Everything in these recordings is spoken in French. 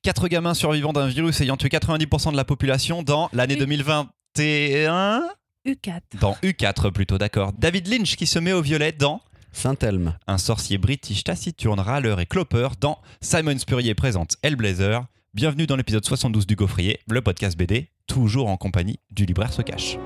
4 gamins survivants d'un virus ayant tué 90% de la population dans l'année 2021. U4. Dans U4 plutôt, d'accord. David Lynch qui se met au violet dans Saint-Elme. un sorcier british taciturne, râleur et clopeur dans Simon Spurrier présente Hellblazer. Bienvenue dans l'épisode 72 du Gaufrier, le podcast BD, toujours en compagnie du libraire se cache.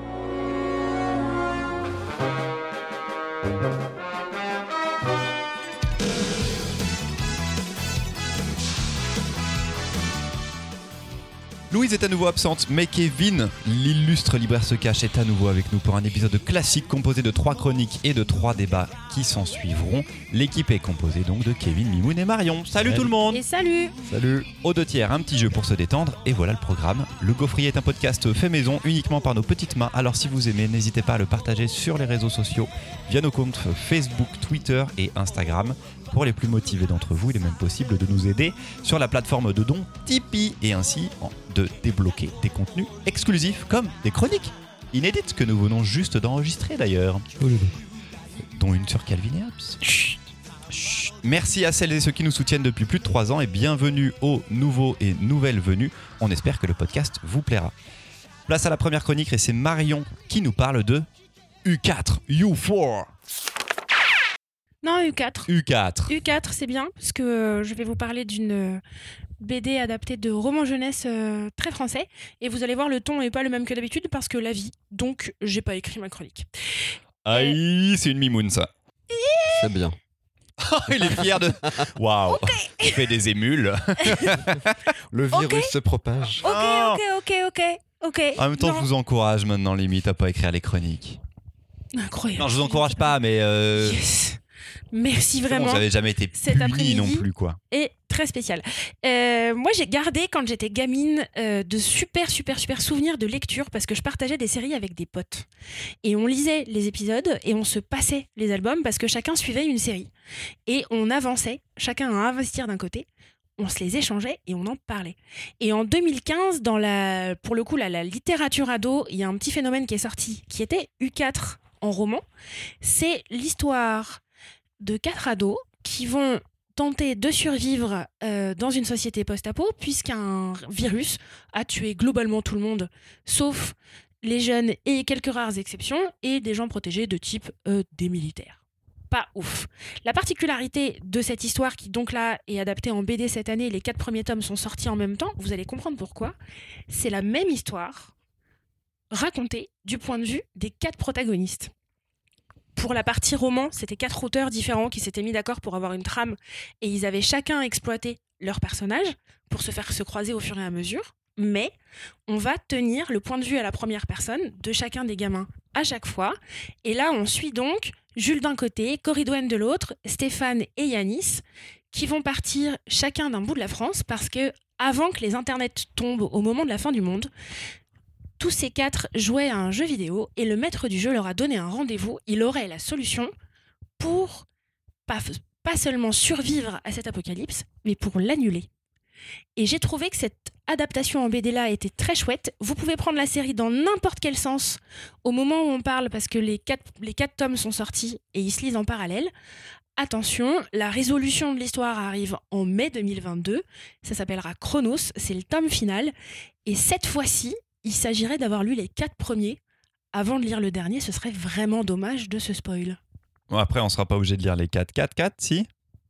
Louise est à nouveau absente, mais Kevin, l'illustre libraire se cache, est à nouveau avec nous pour un épisode classique composé de 3 chroniques et de 3 débats qui s'en suivront. L'équipe est composée donc de Kevin, Mimoun et Marion. Salut tout le monde. Et salut. Salut. Aux 2 tiers, un petit jeu pour se détendre, et voilà le programme. Le Gaufrier est un podcast fait maison uniquement par nos petites mains, alors si vous aimez, n'hésitez pas à le partager sur les réseaux sociaux, via nos comptes Facebook, Twitter et Instagram. Pour les plus motivés d'entre vous, il est même possible de nous aider sur la plateforme de don Tipeee et ainsi de débloquer des contenus exclusifs comme des chroniques inédites que nous venons juste d'enregistrer d'ailleurs, dont une sur Calvin et Hobbes. Chut. Chut. Merci à celles et ceux qui nous soutiennent depuis plus de 3 ans et bienvenue aux nouveaux et nouvelles venus. On espère que le podcast vous plaira. Place à la première chronique et c'est Marion qui nous parle de U4, U4. Non, U4. U4. U4, c'est bien, parce que je vais vous parler d'une BD adaptée de romans jeunesse très français. Et vous allez voir, le ton n'est pas le même que d'habitude, parce que la vie. Donc, j'ai pas écrit ma chronique. Aïe, c'est une mimoune ça. C'est bien. Il est fier de... Waouh. Il fait des émules. Le virus se propage. Ok. En même temps, Non. je vous encourage maintenant, limite, à pas écrire les chroniques. Incroyable. Non, je vous encourage pas, mais... Yes. Merci vraiment. Vous n'avez jamais été Cet puni après-midi non plus, quoi. Et très spécial. Moi, j'ai gardé, quand j'étais gamine, de super souvenirs de lecture parce que je partageais des séries avec des potes. Et on lisait les épisodes et on se passait les albums parce que chacun suivait une série. Et on avançait, chacun à investir d'un côté. On se les échangeait et on en parlait. Et en 2015, pour le coup, la littérature ado, il y a un petit phénomène qui est sorti, qui était U4 en roman. C'est l'histoire de 4 ados qui vont tenter de survivre dans une société post-apo puisqu'un virus a tué globalement tout le monde, sauf les jeunes et quelques rares exceptions, et des gens protégés de type des militaires. Pas ouf. La particularité de cette histoire, qui donc là est adaptée en BD cette année, les 4 premiers tomes sont sortis en même temps, vous allez comprendre pourquoi, c'est la même histoire racontée du point de vue des 4 protagonistes. Pour la partie roman, c'était 4 auteurs différents qui s'étaient mis d'accord pour avoir une trame et ils avaient chacun exploité leur personnage pour se faire se croiser au fur et à mesure. Mais on va tenir le point de vue à la première personne de chacun des gamins à chaque fois. Et là, on suit donc Jules d'un côté, Coridouane de l'autre, Stéphane et Yanis qui vont partir chacun d'un bout de la France parce que avant que les internets tombent au moment de la fin du monde, tous ces 4 jouaient à un jeu vidéo et le maître du jeu leur a donné un rendez-vous. Il aurait la solution pour pas seulement survivre à cet apocalypse, mais pour l'annuler. Et j'ai trouvé que cette adaptation en BD-là était très chouette. Vous pouvez prendre la série dans n'importe quel sens au moment où on parle, parce que les 4 tomes sont sortis et ils se lisent en parallèle. Attention, la résolution de l'histoire arrive en mai 2022. Ça s'appellera Chronos, c'est le tome final. Et cette fois-ci, il s'agirait d'avoir lu les 4 premiers avant de lire le dernier. Ce serait vraiment dommage de se spoil. Bon, après, on sera pas obligé de lire les 4, si.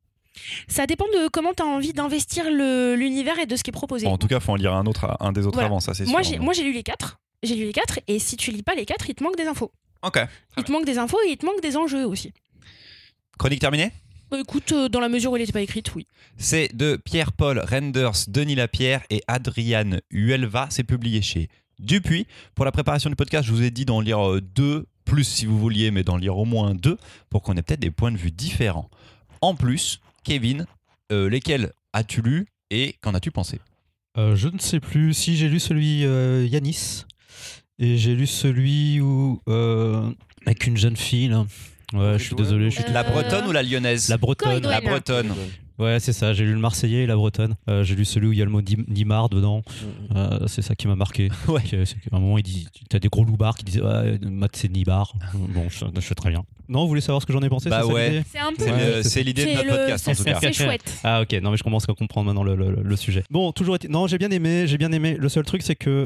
Ça dépend de comment tu as envie d'investir l'univers et de ce qui est proposé. Bon, en tout cas, faut en lire un des autres Voilà. avant, ça c'est Moi, sûr. j'ai lu les 4. J'ai lu les 4 et si tu lis pas les 4, il te manque des infos. Ok. Il te manque des infos et il te manque des enjeux aussi. Chronique terminée ? Écoute, dans la mesure où elle n'était pas écrite, oui. C'est de Pierre-Paul Renders, Denis Lapierre et Adriane Huelva. C'est publié chez Dupuis. Pour la préparation du podcast, je vous ai dit d'en lire 2, plus si vous vouliez, mais d'en lire au moins 2 pour qu'on ait peut-être des points de vue différents. En plus, Kevin, lesquels as-tu lu et qu'en as-tu pensé ? Je ne sais plus. Si j'ai lu celui Yanis et j'ai lu celui où avec une jeune fille là. Ouais, je suis désolé. La bretonne ou la lyonnaise? La bretonne. Corridon. La bretonne. Ouais, c'est ça. J'ai lu le Marseillais et la bretonne. J'ai lu celui où il y a le mot Nimard dedans. C'est ça qui m'a marqué. Ouais. C'est qu'à un moment, il dit, t'as des gros loupards qui disaient ouais, Matt, c'est Nibar. Bon, je fais très bien. Non, vous voulez savoir ce que j'en ai pensé? Bah c'est ça, ouais. l'idée C'est un peu. C'est l'idée de notre podcast en tout cas. C'est chouette. Ah ok, non mais je commence à comprendre maintenant le sujet. Bon, toujours non, j'ai bien aimé. Le seul truc c'est que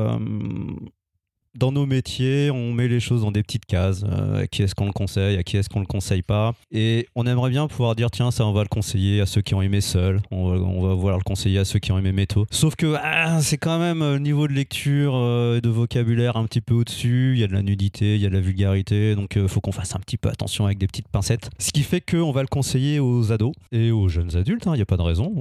dans nos métiers, on met les choses dans des petites cases. À qui est-ce qu'on le conseille, à qui est-ce qu'on le conseille pas. Et on aimerait bien pouvoir dire tiens, ça on va le conseiller à ceux qui ont aimé Seul, on va vouloir le conseiller à ceux qui ont aimé Métaux. Sauf que c'est quand même le niveau de lecture et de vocabulaire un petit peu au-dessus. Il y a de la nudité, il y a de la vulgarité, donc faut qu'on fasse un petit peu attention avec des petites pincettes. Ce qui fait qu'on va le conseiller aux ados et aux jeunes adultes, il n'y a pas de raison.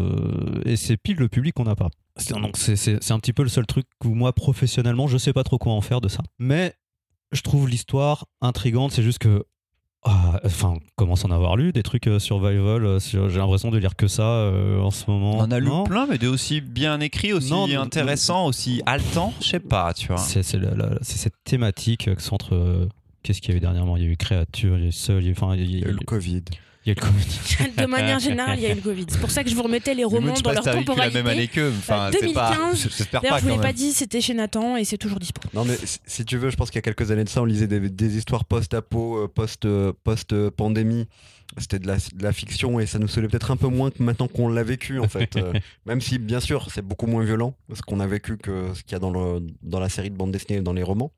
Et c'est pile le public qu'on n'a pas. Donc c'est un petit peu le seul truc où moi professionnellement je sais pas trop quoi en faire de ça, mais je trouve l'histoire intrigante. C'est juste que commence à en avoir lu des trucs survival, j'ai l'impression de lire que ça en ce moment. On en a lu plein, mais des aussi bien écrits, aussi intéressants, aussi haletants, je sais pas, tu vois. C'est cette thématique entre qu'est-ce qu'il y a eu dernièrement? Il y a eu Créature, il y a eu Seul, il y a eu le Covid. Il y a le Covid. De manière générale, il y a eu le Covid. C'est pour ça que je vous remettais les romans dans leur temporalité. La même année qu'eux. Enfin, 2015. J'espère D'ailleurs, pas. je vous l'ai quand pas même. dit, c'était chez Nathan et c'est toujours dispo. Non mais si tu veux, je pense qu'il y a quelques années de ça, on lisait des histoires post-apo, post-pandémie. C'était de la fiction et ça nous saoulait peut-être un peu moins que maintenant qu'on l'a vécu en fait. Même si bien sûr c'est beaucoup moins violent ce qu'on a vécu que ce qu'il y a dans la série de bande dessinée et dans les romans.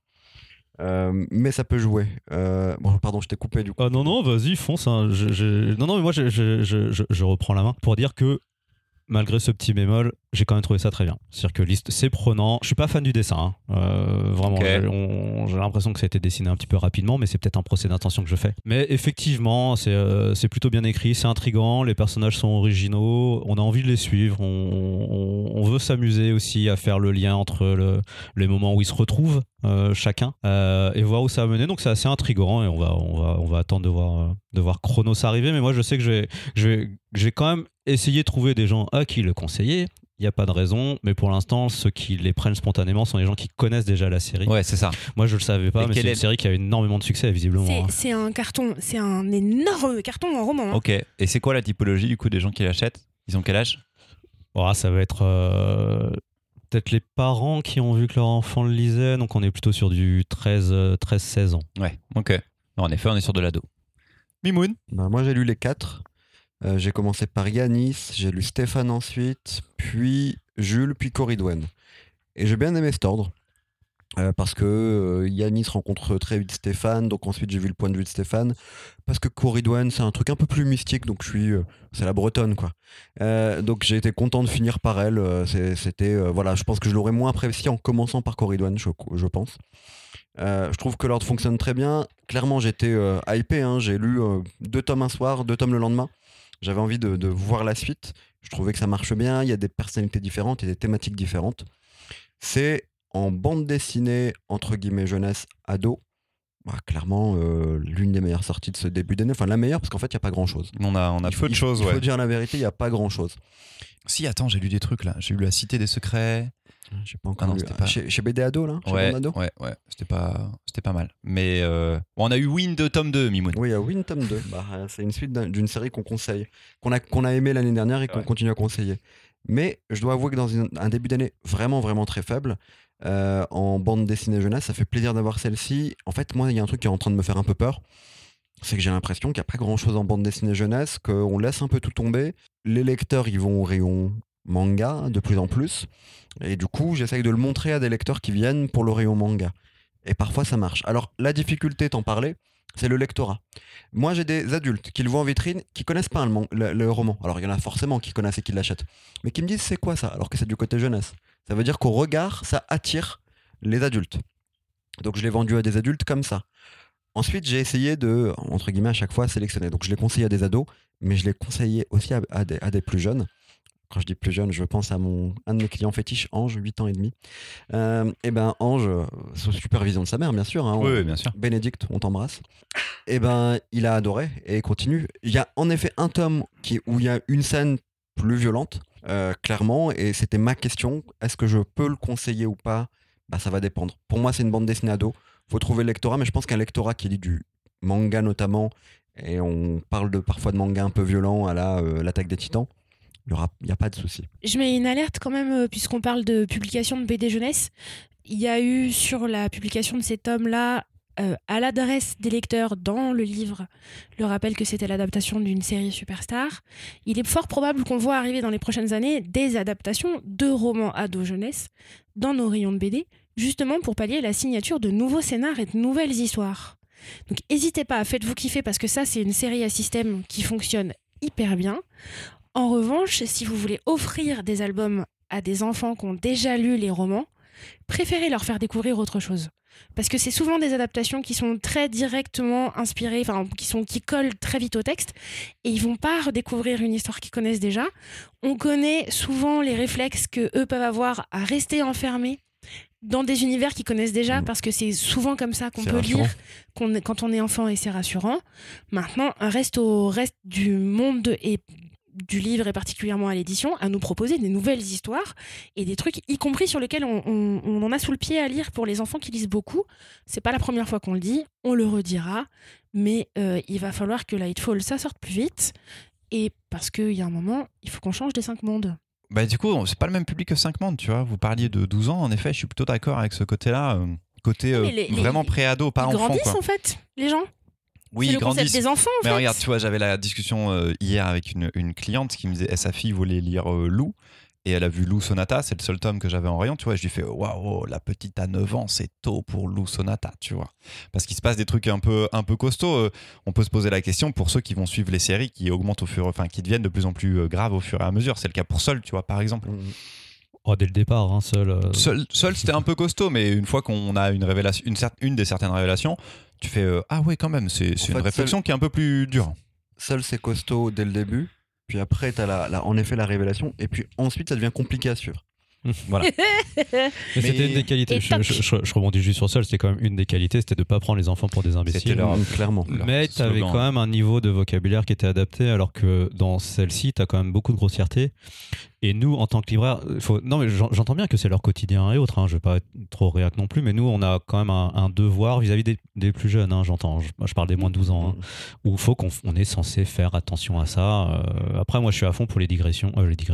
Mais ça peut jouer. Bon, pardon, je t'ai coupé du coup. Ah non, vas-y, fonce. Non, mais moi je reprends la main pour dire que malgré ce petit bémol, j'ai quand même trouvé ça très bien. C'est-à-dire que c'est prenant. Je suis pas fan du dessin, vraiment. Okay. J'ai l'impression que ça a été dessiné un petit peu rapidement, mais c'est peut-être un procès d'intention que je fais. Mais effectivement, c'est plutôt bien écrit, c'est intriguant, les personnages sont originaux, on a envie de les suivre, on veut s'amuser aussi à faire le lien entre les moments où ils se retrouvent chacun et voir où ça va mener. Donc c'est assez intriguant et on va attendre de voir Chronos arriver. Mais moi, je sais que je vais quand même essayer de trouver des gens à qui le conseiller. Il n'y a pas de raison, mais pour l'instant, ceux qui les prennent spontanément sont les gens qui connaissent déjà la série. Ouais, c'est ça. Moi, je le savais pas, mais c'est une série qui a énormément de succès, visiblement. C'est un carton, c'est un énorme carton en roman. Ok, et c'est quoi la typologie du coup des gens qui l'achètent? Ils ont quel âge? Ça va être peut-être les parents qui ont vu que leur enfant le lisait, donc on est plutôt sur du 13-16 ans. Ouais, ok. Non, en effet, on est sur de l'ado. Mimoun? Bah, moi j'ai lu les 4. J'ai commencé par Yanis, j'ai lu Stéphane ensuite, puis Jules, puis Corridwen. Et j'ai bien aimé cet ordre, parce que Yanis rencontre très vite Stéphane, donc ensuite j'ai vu le point de vue de Stéphane, parce que Corridwen c'est un truc un peu plus mystique, donc c'est la bretonne quoi. Donc j'ai été content de finir par elle, voilà, je pense que je l'aurais moins apprécié en commençant par Corridwen, je pense. Je trouve que l'ordre fonctionne très bien. Clairement j'étais hypé, j'ai lu 2 tomes un soir, 2 tomes le lendemain. J'avais envie de voir la suite. Je trouvais que ça marche bien. Il y a des personnalités différentes et des thématiques différentes. C'est en bande dessinée, entre guillemets, jeunesse, ado. Clairement, l'une des meilleures sorties de ce début d'année. Enfin, la meilleure, parce qu'en fait, il n'y a pas grand-chose. On a peu de choses, ouais. Il faut dire la vérité, il n'y a pas grand-chose. Si, attends, j'ai lu des trucs là. J'ai lu La Cité des Secrets. J'ai pas encore lu. C'était pas... Chez BD Ado, là Ouais. C'était pas mal. Mais on a eu Wind tome 2, Mimoun. Oui, il y a Wind tome 2. C'est une suite d'une série qu'on conseille, qu'on a aimé l'année dernière et qu'on continue à conseiller. Mais je dois avouer que dans un début d'année vraiment, vraiment très faible, en bande dessinée jeunesse, ça fait plaisir d'avoir celle-ci. En fait, moi, il y a un truc qui est en train de me faire un peu peur. C'est que j'ai l'impression qu'il n'y a pas grand-chose en bande dessinée jeunesse, qu'on laisse un peu tout tomber. Les lecteurs, ils vont au rayon manga de plus en plus. Et du coup, j'essaye de le montrer à des lecteurs qui viennent pour le rayon manga. Et parfois, ça marche. Alors, la difficulté, t'en parlais, c'est le lectorat. Moi, j'ai des adultes qui le voient en vitrine, qui connaissent pas le roman. Alors, il y en a forcément qui connaissent et qui l'achètent. Mais qui me disent, c'est quoi ça? Alors que c'est du côté jeunesse. Ça veut dire qu'au regard, ça attire les adultes. Donc, je l'ai vendu à des adultes comme ça. Ensuite, j'ai essayé de, entre guillemets, à chaque fois, sélectionner. Donc, je l'ai conseillé à des ados, mais je l'ai conseillé aussi à des plus jeunes. Quand je dis plus jeune, je pense à un de mes clients fétiches, Ange, 8 ans et demi. Et ben Ange, sous supervision de sa mère, bien sûr. Oui, bien sûr. Bénédicte, on t'embrasse. Et ben il a adoré et continue. Il y a en effet un tome où il y a une scène plus violente, clairement, et c'était ma question. Est-ce que je peux le conseiller ou pas? Ça va dépendre. Pour moi, c'est une bande dessinée ado. Faut trouver le lectorat, mais je pense qu'un lectorat qui lit manga notamment, et on parle parfois de manga un peu violents à l'Attaque des Titans, il n'y a pas de souci. Je mets une alerte quand même, puisqu'on parle de publication de BD jeunesse. Il y a eu sur la publication de cet tome-là, à l'adresse des lecteurs dans le livre, le rappel que c'était l'adaptation d'une série Superstar. Il est fort probable qu'on voit arriver dans les prochaines années des adaptations de romans ado-jeunesse dans nos rayons de BD, justement pour pallier la signature de nouveaux scénars et de nouvelles histoires. Donc n'hésitez pas, faites-vous kiffer, parce que ça, c'est une série à système qui fonctionne hyper bien. En revanche, si vous voulez offrir des albums à des enfants qui ont déjà lu les romans, préférez leur faire découvrir autre chose. Parce que c'est souvent des adaptations qui sont très directement inspirées, qui collent très vite au texte, et ils vont pas redécouvrir une histoire qu'ils connaissent déjà. On connaît souvent les réflexes que eux peuvent avoir à rester enfermés dans des univers qu'ils connaissent déjà, parce que c'est souvent comme ça qu'on peut lire quand on est enfant, et c'est rassurant. Maintenant, reste du monde et du livre, et particulièrement à l'édition, à nous proposer des nouvelles histoires et des trucs, y compris sur lesquels on en a sous le pied à lire pour les enfants qui lisent beaucoup. C'est pas la première fois qu'on le dit, on le redira, mais il va falloir que Lightfall, ça sorte plus vite, et parce qu'il y a un moment, il faut qu'on change des 5 mondes. Bah, du coup, c'est pas le même public que 5 mondes, tu vois. Vous parliez de 12 ans, en effet, je suis plutôt d'accord avec ce côté-là, vraiment pré-ado, pas enfant. Ils grandissent, quoi. En fait, les gens. Oui, c'est ils le concept grandissent. des enfants, en Mais fait. regarde, tu vois, j'avais la discussion hier avec une cliente qui me disait sa fille voulait lire Lou, et elle a vu Lou Sonata, c'est le seul tome que j'avais en rayon, tu vois, et je lui fais waouh, la petite a 9 ans, c'est tôt pour Lou Sonata, tu vois. Parce qu'il se passe des trucs un peu costauds. On peut se poser la question pour ceux qui vont suivre les séries qui augmentent qui deviennent de plus en plus graves au fur et à mesure. C'est le cas pour Seul, tu vois, par exemple. Oh, dès le départ, hein, Seul, c'était un peu costaud, mais une fois qu'on a une révélation, une des certaines révélations, tu fais ah ouais, quand même, c'est une réflexion qui est un peu plus dure. Seul, c'est costaud dès le début, puis après t'as en effet la révélation, et puis ensuite ça devient compliqué à suivre. Voilà. Mais c'était une des qualités. Je rebondis juste sur ça. C'était quand même une des qualités, c'était de pas prendre les enfants pour des imbéciles. Clairement. Mais tu avais quand même un niveau de vocabulaire qui était adapté, alors que dans celle-ci, tu as quand même beaucoup de grossièreté. Et nous, en tant que libraire, non, mais j'entends bien que c'est leur quotidien et autres. Je vais pas être trop réac non plus, mais nous, on a quand même un devoir vis-à-vis des plus jeunes. J'entends. Je parle des moins de 12 ans, où il faut qu'on est censé faire attention à ça. Après, moi, je suis à fond pour les transgressions.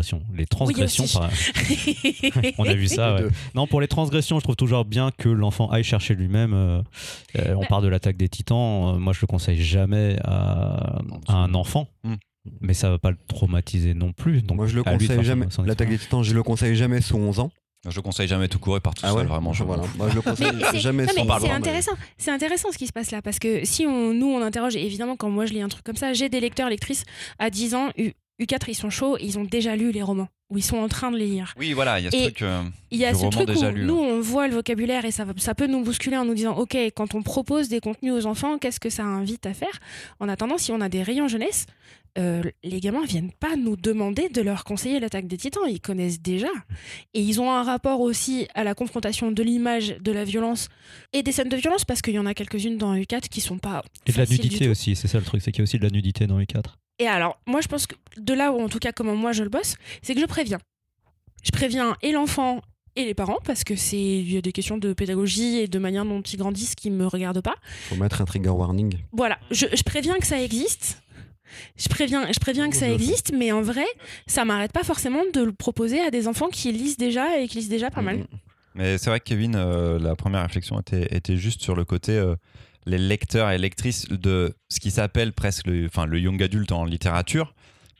Oui, on a vu ça. Ouais. Non, pour les transgressions, je trouve toujours bien que l'enfant aille chercher lui-même. On parle de l'Attaque des Titans. Moi, je le conseille jamais à un enfant. Mais ça va pas le traumatiser non plus. Donc moi, je le conseille jamais. L'Attaque des Titans, je le conseille jamais sous 11 ans. Je le conseille jamais tout court et par tout seul, vraiment. Moi, je le conseille jamais sans parler. C'est intéressant ce qui se passe là, parce que si on interroge, évidemment, quand moi je lis un truc comme ça, j'ai des lecteurs, lectrices à 10 ans, U4, ils sont chauds, ils ont déjà lu les romans, ou ils sont en train de les lire. Oui, voilà, il y a ce truc. Il y a ce truc où lu, nous, on voit le vocabulaire et ça peut nous bousculer en nous disant, ok, quand on propose des contenus aux enfants, qu'est-ce que ça invite à faire ? En attendant, si on a des rayons jeunesse, les gamins viennent pas nous demander de leur conseiller l'Attaque des Titans, ils connaissent déjà. Et ils ont un rapport aussi à la confrontation de l'image, de la violence et des scènes de violence, parce qu'il y en a quelques-unes dans U4 qui sont pas et de la nudité aussi, c'est ça le truc, c'est qu'il y a aussi de la nudité dans U4. Et alors, moi je pense que de là où en tout cas comment moi je le bosse, c'est que je préviens. Je préviens et l'enfant et les parents, parce que il y a des questions de pédagogie et de manière dont ils grandissent qui me regardent pas. Faut mettre un trigger warning. Voilà, je préviens que ça existe. Je préviens que ça existe, mais en vrai, ça m'arrête pas forcément de le proposer à des enfants qui lisent déjà et qui lisent déjà pas mal. Mais c'est vrai que Kevin, la première réflexion était juste sur le côté les lecteurs et lectrices de ce qui s'appelle presque le young adulte en littérature.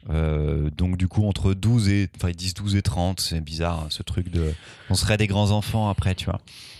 Donc du coup entre 12 et 30, c'est bizarre ce truc de on serait des grands enfants après, tu vois.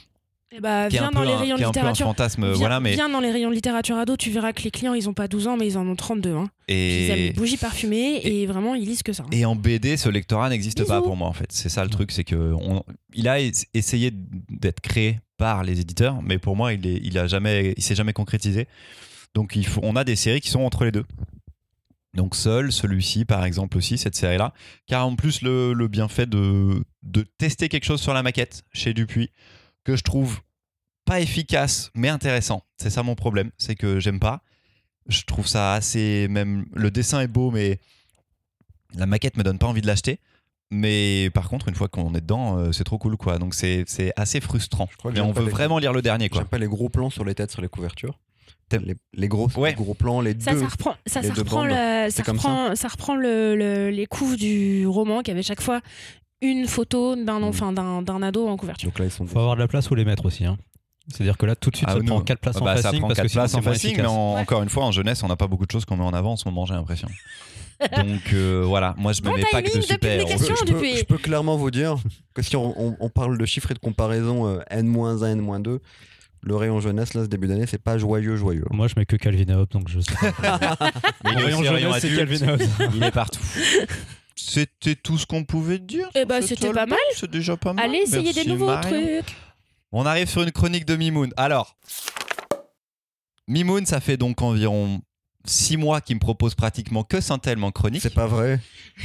Viens dans les rayons de littérature. Fantasme, viens dans les rayons de littérature ado, tu verras que les clients ils ont pas 12 ans mais ils en ont 32. Ils aiment les bougies parfumées et vraiment ils lisent que ça. Et en BD, ce lectorat n'existe pas pour moi en fait. C'est ça le truc, c'est que il a essayé d'être créé par les éditeurs, mais pour moi il s'est jamais concrétisé. Donc on a des séries qui sont entre les deux. Donc Seul, celui-ci par exemple aussi, cette série-là, car en plus le bienfait de tester quelque chose sur la maquette chez Dupuis, que je trouve pas efficace mais intéressant. C'est ça mon problème, c'est que j'aime pas. Je trouve ça assez, même le dessin est beau mais la maquette me donne pas envie de l'acheter. Mais par contre, une fois qu'on est dedans, c'est trop cool quoi. Donc c'est assez frustrant. Mais on veut vraiment lire le dernier quoi. J'aime pas les gros plans sur les têtes sur les couvertures. Les gros plans, les Ça deux. reprend, les deux bandes. ça reprend les couves du roman qui avait chaque fois une photo d'un ado en couverture. Donc là, ils sont. Faut avoir de la place où les mettre aussi. Hein. C'est-à-dire que là, tout de suite, ça prend 4 places en ça facing. prend Parce 4 que sinon, places c'est en moins facing, efficace. mais encore une fois, en jeunesse, on n'a pas beaucoup de choses qu'on met en avant en ce moment, j'ai l'impression. Donc voilà, moi je me Bon mets pas que de timing de super. publication. Je peux clairement vous dire que si on parle de chiffres et de comparaison N-1, N-2, le rayon jeunesse, là, ce début d'année, c'est pas joyeux. Moi, je mets que Calvin Hobbes, donc je sais pas. Mais Le rayon jeunesse, c'est Calvin Hobbes. Il est partout. C'était tout ce qu'on pouvait dire. Eh ben, c'était pas mal. C'est déjà pas mal. Allez, essayez des Merci, nouveaux Marion. trucs. On arrive sur une chronique de Mimoun. Alors, Mimoun, ça fait donc environ 6 mois qu'il me propose pratiquement que Saint-Elme en chronique. C'est pas vrai.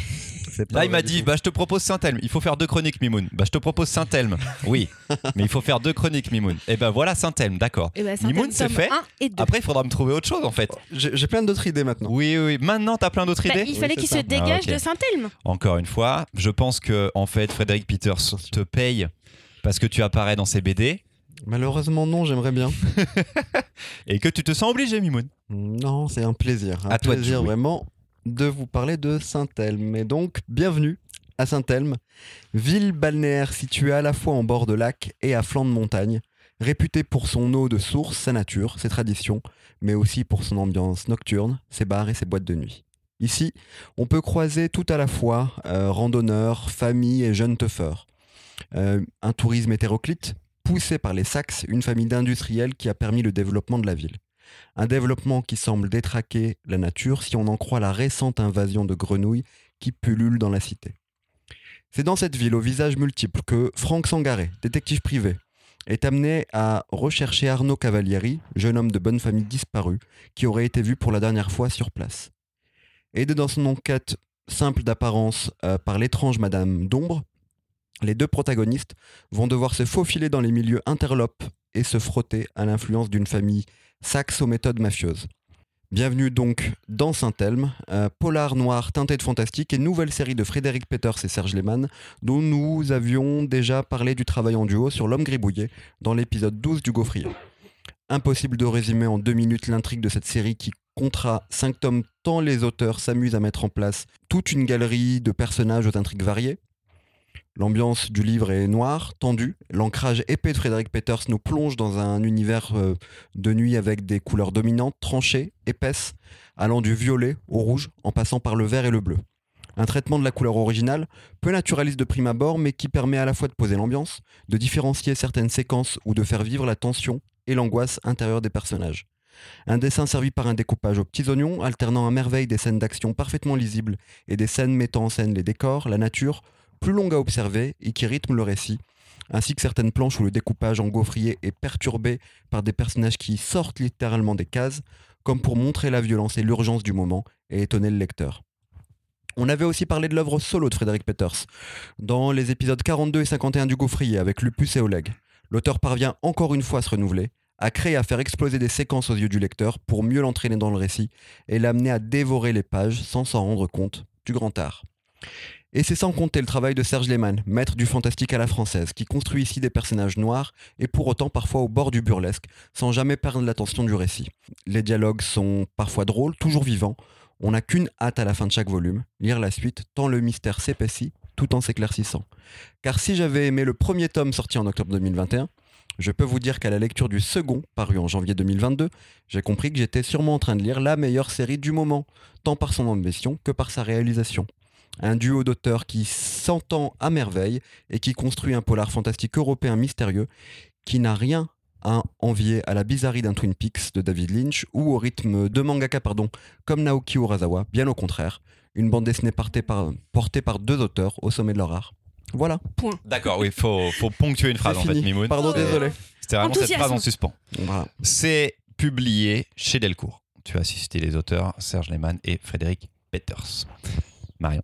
Là, il m'a dit, je te propose Saint-Elme. Il faut faire 2 chroniques, Mimoun. Je te propose Saint-Elme. Oui, mais il faut faire 2 chroniques, Mimoun. Et ben voilà Saint-Elme, d'accord. Mimoun, c'est fait. Après, il faudra me trouver autre chose, en fait. J'ai plein d'autres idées maintenant. Oui. Maintenant, t'as plein d'autres idées. Il fallait qu'il se dégage de Saint-Elme. Encore une fois, je pense que en fait, Frédéric Peters te paye parce que tu apparais dans ses BD. Malheureusement, non, j'aimerais bien. Et que tu te sens obligé, Mimoun. Non, c'est un plaisir. Un à toi plaisir vraiment de vous parler de Saint-Elme. Et donc, bienvenue à Saint-Elme, ville balnéaire située à la fois en bord de lac et à flanc de montagne, réputée pour son eau de source, sa nature, ses traditions, mais aussi pour son ambiance nocturne, ses bars et ses boîtes de nuit. Ici, on peut croiser tout à la fois randonneurs, familles et jeunes teufeurs. Un tourisme hétéroclite, poussé par les Saxe, une famille d'industriels qui a permis le développement de la ville. Un développement qui semble détraquer la nature si on en croit la récente invasion de grenouilles qui pullulent dans la cité. C'est dans cette ville aux visages multiples que Franck Sangaré, détective privé, est amené à rechercher Arnaud Cavalieri, jeune homme de bonne famille disparu, qui aurait été vu pour la dernière fois sur place. Aidé dans son enquête simple d'apparence par l'étrange Madame d'Ombre, les 2 protagonistes vont devoir se faufiler dans les milieux interlopes et se frotter à l'influence d'une famille Saxe aux méthodes mafieuses. Bienvenue donc dans Saint-Elme, polar noir teinté de fantastique et nouvelle série de Frédéric Peters et Serge Lehmann, dont nous avions déjà parlé du travail en duo sur L'Homme gribouillé dans l'épisode 12 du Gaufrier. Impossible de résumer en 2 minutes l'intrigue de cette série qui comptera 5 tomes tant les auteurs s'amusent à mettre en place toute une galerie de personnages aux intrigues variées. L'ambiance du livre est noire, tendue. L'ancrage épais de Frédéric Peters nous plonge dans un univers de nuit avec des couleurs dominantes, tranchées, épaisses, allant du violet au rouge, en passant par le vert et le bleu. Un traitement de la couleur originale, peu naturaliste de prime abord, mais qui permet à la fois de poser l'ambiance, de différencier certaines séquences ou de faire vivre la tension et l'angoisse intérieure des personnages. Un dessin servi par un découpage aux petits oignons, alternant à merveille des scènes d'action parfaitement lisibles et des scènes mettant en scène les décors, la nature, plus longue à observer et qui rythme le récit, ainsi que certaines planches où le découpage en gaufrier est perturbé par des personnages qui sortent littéralement des cases, comme pour montrer la violence et l'urgence du moment et étonner le lecteur. On avait aussi parlé de l'œuvre solo de Frédéric Peters, dans les épisodes 42 et 51 du Gaufrier avec Lupus et Oleg. L'auteur parvient encore une fois à se renouveler, à créer et à faire exploser des séquences aux yeux du lecteur pour mieux l'entraîner dans le récit et l'amener à dévorer les pages sans s'en rendre compte, du grand art. Et c'est sans compter le travail de Serge Lehmann, maître du fantastique à la française, qui construit ici des personnages noirs et pour autant parfois au bord du burlesque, sans jamais perdre l'attention du récit. Les dialogues sont parfois drôles, toujours vivants. On n'a qu'une hâte à la fin de chaque volume, lire la suite, tant le mystère s'épaissit, tout en s'éclaircissant. Car si j'avais aimé le premier tome sorti en octobre 2021, je peux vous dire qu'à la lecture du second, paru en janvier 2022, j'ai compris que j'étais sûrement en train de lire la meilleure série du moment, tant par son ambition que par sa réalisation. Un duo d'auteurs qui s'entend à merveille et qui construit un polar fantastique européen mystérieux qui n'a rien à envier à la bizarrerie d'un Twin Peaks de David Lynch ou au rythme de mangaka comme Naoki Urasawa, bien au contraire. Une bande dessinée portée par 2 auteurs au sommet de leur art. Voilà. Point. D'accord, oui, faut ponctuer une phrase en fait, Mimoun. Pardon, désolé. C'était vraiment cette phrase en suspens. Voilà. C'est publié chez Delcourt. Tu as cité les auteurs Serge Lehmann et Frédéric Peters. Marion.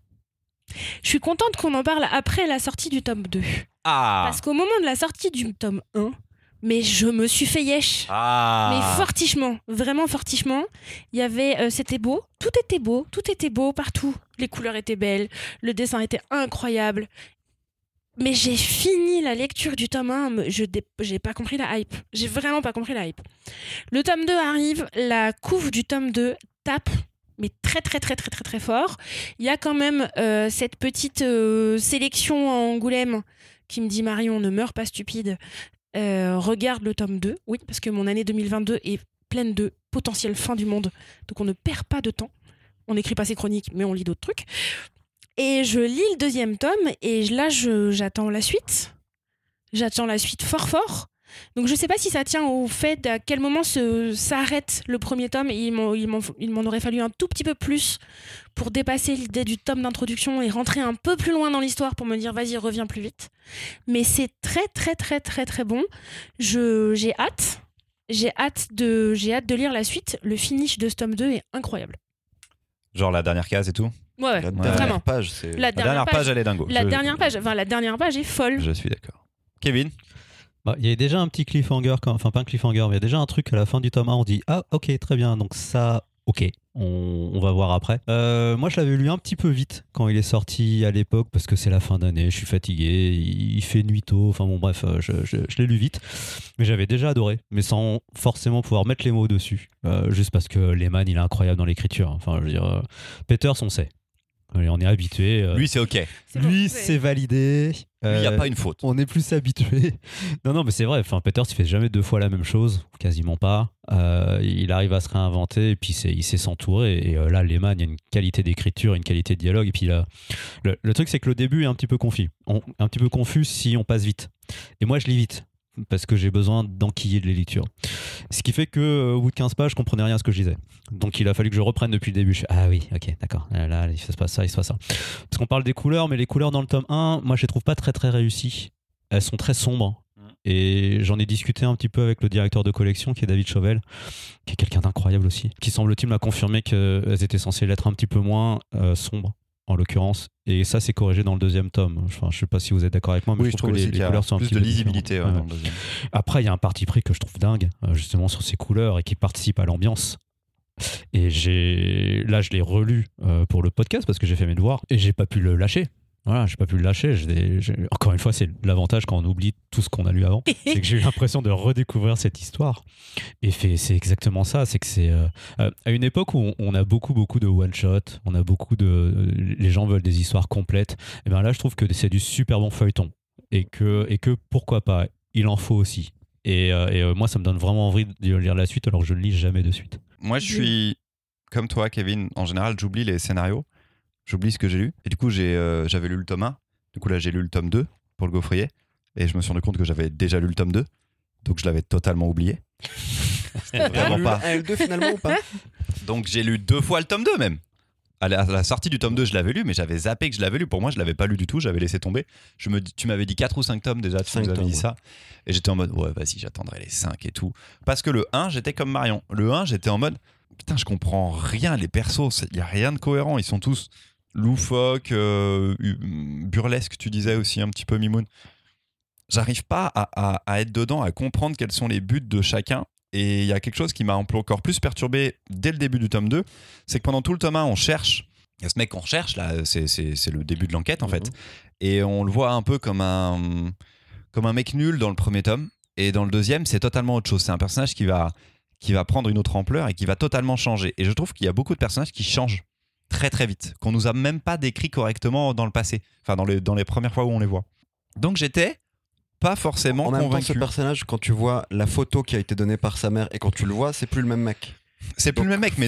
Je suis contente qu'on en parle après la sortie du tome 2. Ah. Parce qu'au moment de la sortie du tome 1, mais je me suis fait yesh. Mais fortichement, vraiment fortichement. Il y avait, c'était beau, tout était beau partout. Les couleurs étaient belles, le dessin était incroyable. Mais j'ai fini la lecture du tome 1, j'ai pas compris la hype. J'ai vraiment pas compris la hype. Le tome 2 arrive, la couve du tome 2 tape, mais très très très très très très fort. Il y a quand même cette petite sélection à Angoulême qui me dit Marion, ne meurs pas stupide. Regarde le tome 2. Oui, parce que mon année 2022 est pleine de potentiel fin du monde. Donc on ne perd pas de temps. On n'écrit pas ses chroniques, mais on lit d'autres trucs. Et je lis le 2e tome et là, j'attends la suite. J'attends la suite fort fort. Donc je sais pas si ça tient au fait à quel moment s'arrête le 1er tome. Et il m'en aurait fallu un tout petit peu plus pour dépasser l'idée du tome d'introduction et rentrer un peu plus loin dans l'histoire pour me dire vas-y, reviens plus vite. Mais c'est très très très très très bon. J'ai hâte. J'ai hâte de lire la suite. Le finish de ce tome 2 est incroyable. Genre la dernière case et tout. Ouais, La vraiment. dernière page, c'est. La dernière page, elle est dingo. La dernière page est folle. Je suis d'accord. Kevin. Il y a déjà un petit cliffhanger, enfin pas un cliffhanger, mais il y a déjà un truc à la fin du tome 1, on dit ah ok très bien, donc ça ok, on va voir après. Moi je l'avais lu un petit peu vite quand il est sorti à l'époque parce que c'est la fin d'année, je suis fatigué, il fait nuit tôt, enfin bon bref, je l'ai lu vite, mais j'avais déjà adoré, mais sans forcément pouvoir mettre les mots dessus, juste parce que Lehmann il est incroyable dans l'écriture, enfin je veux dire, Peters on sait. On est habitué. Lui, c'est OK. C'est validé. Lui, il n'y a pas une faute. On est plus habitué. Non, mais c'est vrai. Enfin, Peters, il fait jamais 2 fois la même chose. Quasiment pas. Il arrive à se réinventer et puis il sait s'entourer. Et là, Lehmann, il y a une qualité d'écriture, une qualité de dialogue. Et puis là, le truc, c'est que le début est un petit peu confus. Un petit peu confus si on passe vite. Et moi, je lis vite parce que j'ai besoin d'enquiller de les lectures. Ce qui fait qu'au bout de 15 pages, je comprenais rien à ce que je disais. Donc il a fallu que je reprenne depuis le début. Je fais, ah oui, ok, d'accord. Là, il se passe ça, il se passe ça. Parce qu'on parle des couleurs, mais les couleurs dans le tome 1, moi je les trouve pas très très réussies. Elles sont très sombres. Et j'en ai discuté un petit peu avec le directeur de collection qui est David Chauvel, qui est quelqu'un d'incroyable aussi, qui semble-t-il m'a confirmé qu'elles étaient censées l'être un petit peu moins sombres. En l'occurrence, et ça c'est corrigé dans le 2e tome. Enfin, je sais pas si vous êtes d'accord avec moi, mais je trouve que les couleurs sont un petit peu plus de lisibilité dans le 2e. Après, il y a un parti pris que je trouve dingue, justement sur ces couleurs et qui participe à l'ambiance. Et là, je l'ai relu pour le podcast parce que j'ai fait mes devoirs et j'ai pas pu le lâcher. Voilà, j'ai pas pu le lâcher. Encore une fois, c'est l'avantage quand on oublie tout ce qu'on a lu avant, c'est que j'ai eu l'impression de redécouvrir cette histoire. Et c'est exactement ça. C'est que c'est à une époque où on a beaucoup de one shot, on a les gens veulent des histoires complètes. Et bien là, je trouve que c'est du super bon feuilleton et que pourquoi pas, il en faut aussi. Et moi, ça me donne vraiment envie de lire la suite alors que je ne lis jamais de suite. Moi, je suis comme toi, Kevin. En général, j'oublie les scénarios. J'oublie ce que j'ai lu. Et du coup, j'avais lu le tome 1. Du coup, là, j'ai lu le tome 2 pour le gaufrier. Et je me suis rendu compte que j'avais déjà lu le tome 2. Donc, je l'avais totalement oublié. C'était vraiment pas. Le 2 finalement ou pas? Donc, j'ai lu 2 fois le tome 2 même. À la sortie du tome 2, je l'avais lu, mais j'avais zappé que je l'avais lu. Pour moi, je l'avais pas lu du tout. J'avais laissé tomber. Tu m'avais dit 4 ou 5 tomes déjà. Tu nous avais dit ça. Et j'étais en mode, ouais, vas-y, j'attendrai les 5 et tout. Parce que le 1, j'étais comme Marion. Le 1, j'étais en mode, putain, je comprends rien. Les persos, il y a rien de cohérent. Ils sont tous loufoques, burlesques, tu disais aussi un petit peu, Mimoun. J'arrive pas à être dedans, à comprendre quels sont les buts de chacun. Et il y a quelque chose qui m'a encore plus perturbé dès le début du tome 2, c'est que pendant tout le tome 1, on cherche. Il y a ce mec qu'on recherche, là, c'est le début de l'enquête, en fait. Et on le voit un peu comme un mec nul dans le premier tome. Et dans le deuxième, c'est totalement autre chose. C'est un personnage qui va prendre une autre ampleur et qui va totalement changer. Et je trouve qu'il y a beaucoup de personnages qui changent très très vite, qu'on nous a même pas décrit correctement dans le passé, enfin dans les premières fois où on les voit. Donc j'étais pas forcément convaincu. En même temps, ce personnage, quand tu vois la photo qui a été donnée par sa mère et quand tu le vois, c'est plus le même mec. C'est plus le même mec, mais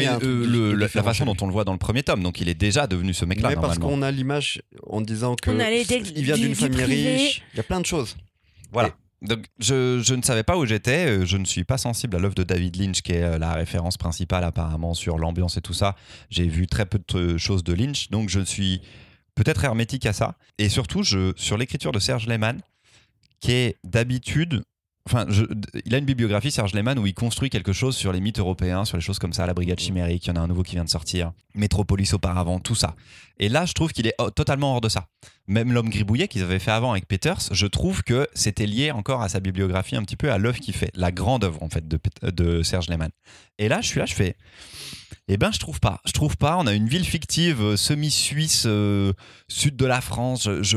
la façon dont on le voit dans le premier tome, donc il est déjà devenu ce mec-là. Mais parce qu'on a l'image en disant que il vient d'une famille riche, il y a plein de choses. Voilà. Donc je ne savais pas où j'étais, je ne suis pas sensible à l'œuvre de David Lynch qui est la référence principale apparemment sur l'ambiance et tout ça. J'ai vu très peu de choses de Lynch, donc je suis peut-être hermétique à ça. Et surtout sur l'écriture de Serge Lehmann, qui est d'habitude... Enfin, il a une bibliographie, Serge Lehmann, où il construit quelque chose sur les mythes européens, sur les choses comme ça, la Brigade Chimérique, il y en a un nouveau qui vient de sortir, Métropolis auparavant, tout ça. Et là, je trouve qu'il est totalement hors de ça. Même L'Homme Gribouillet qu'ils avaient fait avant avec Peters, je trouve que c'était lié encore à sa bibliographie, un petit peu à l'œuvre qu'il fait, la grande œuvre en fait de Serge Lehmann. Et là, je fais... Eh ben, je trouve pas. On a une ville fictive semi-suisse, sud de la France.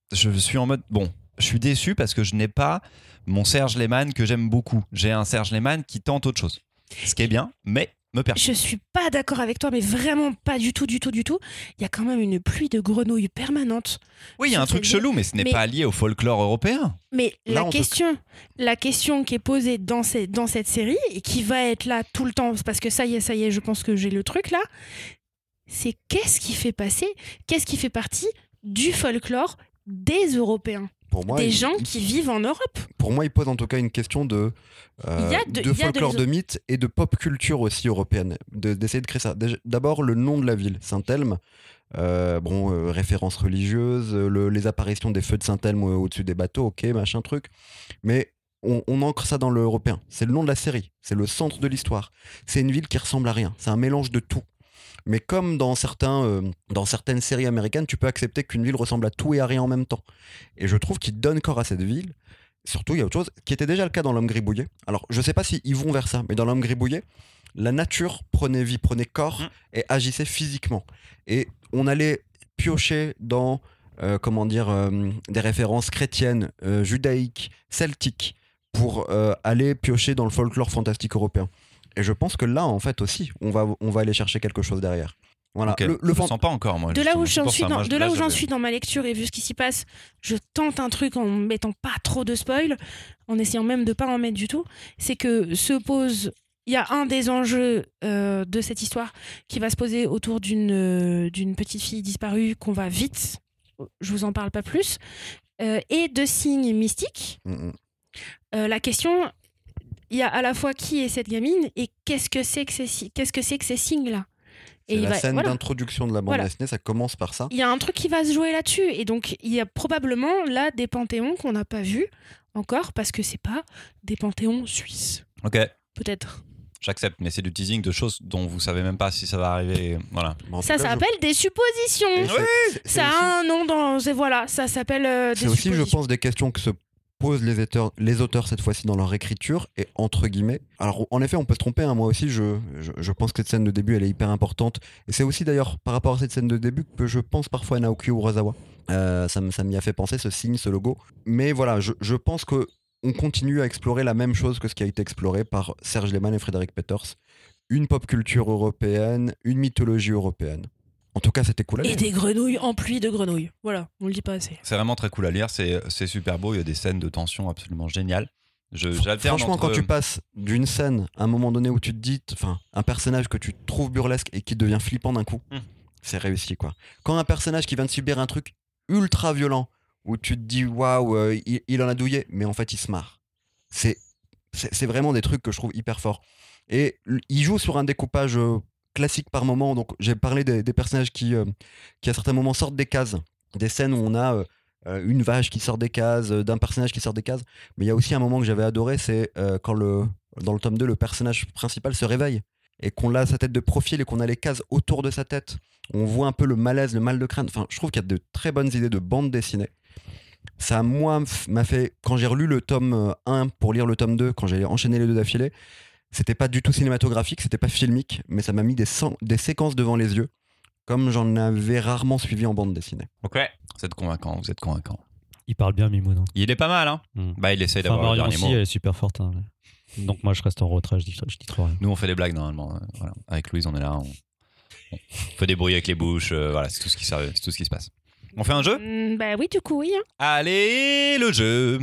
je suis en mode bon, je suis déçu parce que je n'ai pas mon Serge Lehmann que j'aime beaucoup. J'ai un Serge Lehmann qui tente autre chose. Ce qui est bien, mais me perd. Je suis pas d'accord avec toi, mais vraiment pas du tout. Il y a quand même une pluie de grenouilles permanente. Oui, il y a un truc chelou, mais ce n'est pas lié au folklore européen. Mais la question qui est posée dans cette série, et qui va être là tout le temps, parce que ça y est, je pense que j'ai le truc là, c'est qu'est-ce qui fait partie du folklore des Européens, pour moi, des gens qui vivent en Europe. Pour moi, il pose en tout cas une question de folklore, de mythe et de pop culture aussi européenne, d'essayer de créer ça. D'abord, le nom de la ville, Saint-Elme, référence religieuse, les apparitions des feux de Saint-Elme au-dessus des bateaux, ok, machin truc, mais on ancre ça dans l'européen. C'est le nom de la série, c'est le centre de l'histoire. C'est une ville qui ressemble à rien, c'est un mélange de tout. Mais comme dans certaines séries américaines, tu peux accepter qu'une ville ressemble à tout et à rien en même temps. Et je trouve qu'il donne corps à cette ville. Surtout, il y a autre chose qui était déjà le cas dans L'Homme gribouillé. Alors, je sais pas s'ils vont vers ça, mais dans L'Homme gribouillé, la nature prenait vie, prenait corps et agissait physiquement. Et on allait piocher dans des références chrétiennes, judaïques, celtiques, pour aller piocher dans le folklore fantastique européen. Et je pense que là, en fait, aussi, on va aller chercher quelque chose derrière. Voilà. Okay. Je le sens pas encore, moi. De là où j'en suis dans ma lecture et vu ce qui s'y passe, je tente un truc en mettant pas trop de spoil, en essayant même de pas en mettre du tout. C'est que il y a un des enjeux de cette histoire qui va se poser autour d'une petite fille disparue qu'on va vite, je vous en parle pas plus, et de signes mystiques. La question, il y a à la fois qui est cette gamine et qu'est-ce que c'est que ces signes-là. C'est la scène d'introduction de la bande dessinée, ça commence par ça. Il y a un truc qui va se jouer là-dessus. Et donc, il y a probablement là des panthéons qu'on n'a pas vus encore parce que c'est pas des panthéons suisses. Ok. Peut-être. J'accepte, mais c'est du teasing de choses dont vous savez même pas si ça va arriver. Voilà. Ça s'appelle des suppositions. Ça a un nom ça s'appelle des suppositions. C'est aussi, je pense, des questions que se posent les auteurs cette fois-ci dans leur écriture et entre guillemets. Alors en effet on peut se tromper, hein. Moi aussi je pense que cette scène de début elle est hyper importante et c'est aussi d'ailleurs par rapport à cette scène de début que je pense parfois à Naoki Urasawa. Ça m'y a fait penser ce signe, ce logo. Mais voilà, je pense que on continue à explorer la même chose que ce qui a été exploré par Serge Lehmann et Frédéric Peters. Une pop culture européenne, une mythologie européenne. En tout cas, c'était cool à lire. Et des grenouilles en pluie de grenouilles. Voilà, on le dit pas assez. C'est vraiment très cool à lire, c'est super beau, il y a des scènes de tension absolument géniales. Franchement, quand tu passes d'une scène à un moment donné où tu te dis, un personnage que tu trouves burlesque et qui devient flippant d'un coup, c'est réussi quoi. Quand un personnage qui vient de subir un truc ultra violent où tu te dis waouh, il en a douillé, mais en fait il se marre. C'est vraiment des trucs que je trouve hyper forts. Et il joue sur un découpage classique par moment. Donc j'ai parlé des personnages qui à certains moments sortent des cases, des scènes où on a une vache qui sort des cases, d'un personnage qui sort des cases. Mais il y a aussi un moment que j'avais adoré, c'est quand dans le tome 2 le personnage principal se réveille et qu'on a sa tête de profil et qu'on a les cases autour de sa tête. On voit un peu le malaise, le mal de crâne. Enfin, je trouve qu'il y a de très bonnes idées de bande dessinée. Ça, moi, m'a fait, quand j'ai relu le tome 1 pour lire le tome 2, quand j'ai enchaîné les deux d'affilée, c'était pas du tout cinématographique, c'était pas filmique, mais ça m'a mis des séquences devant les yeux, comme j'en avais rarement suivi en bande dessinée. Ok, vous êtes convaincant. Il parle bien, Mimoun. Hein. Il est pas mal, hein. Bah, il essaie d'avoir le dernier aussi, mot. elle est super forte. Hein. Donc moi, je reste en retrait, je dis trop rien. Nous, on fait des blagues normalement. Voilà. Avec Louise, on est là, on fait des bruits avec les bouches. Voilà, c'est tout ce qui se passe. On fait un jeu ? Bah oui, du coup, oui. Hein. Allez, le jeu.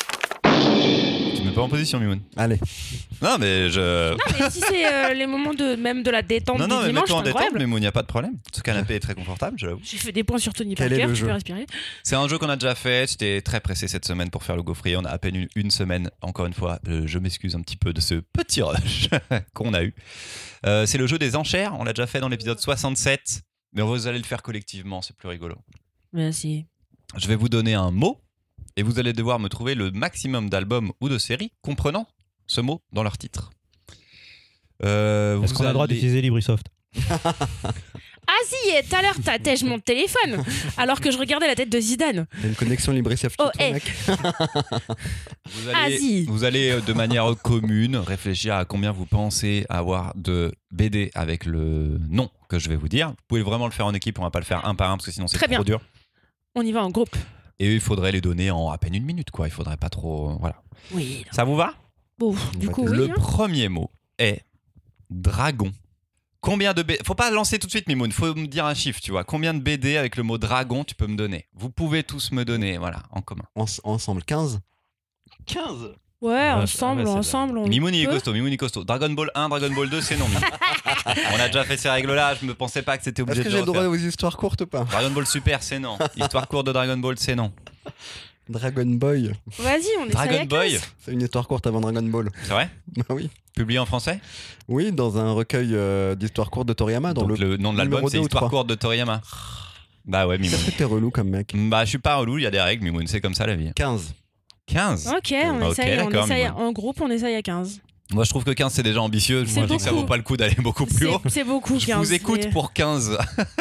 Tu me mets pas en position, Mimoun. Allez. Non, mais si c'est les moments même de la détente du dimanche, c'est mets-toi en incroyable. détente, Mimoun, il n'y a pas de problème. Ce canapé est très confortable, j'avoue. J'ai fait des points sur Tony Quel Parker, est le tu jeu peux respirer. C'est un jeu qu'on a déjà fait. J'étais très pressé cette semaine pour faire le gaufrier. On a à peine une semaine. Encore une fois, je m'excuse un petit peu de ce petit rush qu'on a eu. C'est le jeu des enchères. On l'a déjà fait dans l'épisode 67. Mais vous allez le faire collectivement, c'est plus rigolo. Merci. Je vais vous donner un mot et vous allez devoir me trouver le maximum d'albums ou de séries comprenant ce mot dans leur titre. Est-ce qu'on a le droit d'utiliser LibriSoft ? Ah si, tout à l'heure, je mon téléphone alors que je regardais la tête de Zidane. T'as une connexion LibriSoft mec. Vous allez de manière commune réfléchir à combien vous pensez avoir de BD avec le nom que je vais vous dire. Vous pouvez vraiment le faire en équipe, on va pas le faire un par un parce que sinon c'est Très trop bien. dur. On y va en groupe. Et il faudrait les donner en à peine 1 minute, quoi. Il faudrait pas trop. Voilà. Oui. Ça vous va? Bon, du coup, Le oui. hein. premier mot est dragon. Combien de BD... Faut pas lancer tout de suite, Mimoun. Faut me dire un chiffre, tu vois. Combien de BD avec le mot dragon tu peux me donner? Vous pouvez tous me donner, voilà, en commun. Ensemble, 15. 15. Ouais, Ah, ensemble, ouais, c'est ensemble. On Mimoun, il est peut. costaud, Mimoun, il est costaud. Dragon Ball 1, Dragon Ball 2, c'est non. Mimoun. On a déjà fait ces règles-là, je me pensais pas que c'était obligé Est-ce que de j'ai le droit refaire. aux histoires courtes ou pas? Dragon Ball Super, c'est non. Histoire courte de Dragon Ball, c'est non. Dragon Boy, Vas-y, on essaye Dragon à Boy, 15. c'est une histoire courte avant Dragon Ball. c'est vrai? Bah oui. Publié en français? Oui, dans un recueil d'histoires courtes de Toriyama. Dans Donc le nom de l'album, numéro c'est 2 ou Histoire 3. courte de Toriyama. Bah ouais, Mimoun. Qu'est-ce que t'es relou comme mec? Bah, je suis pas relou, il y a des règles, Mimoun, c'est comme ça la vie. 15. 15. Ok, on Ok, essaye, d'accord, Mimoun. en groupe, on essaye à 15. Moi, je trouve que 15, c'est déjà ambitieux. Je C'est me dis que ça beaucoup. vaut pas le coup d'aller beaucoup plus haut. C'est beaucoup, 15. Je vous écoute mais- pour 15.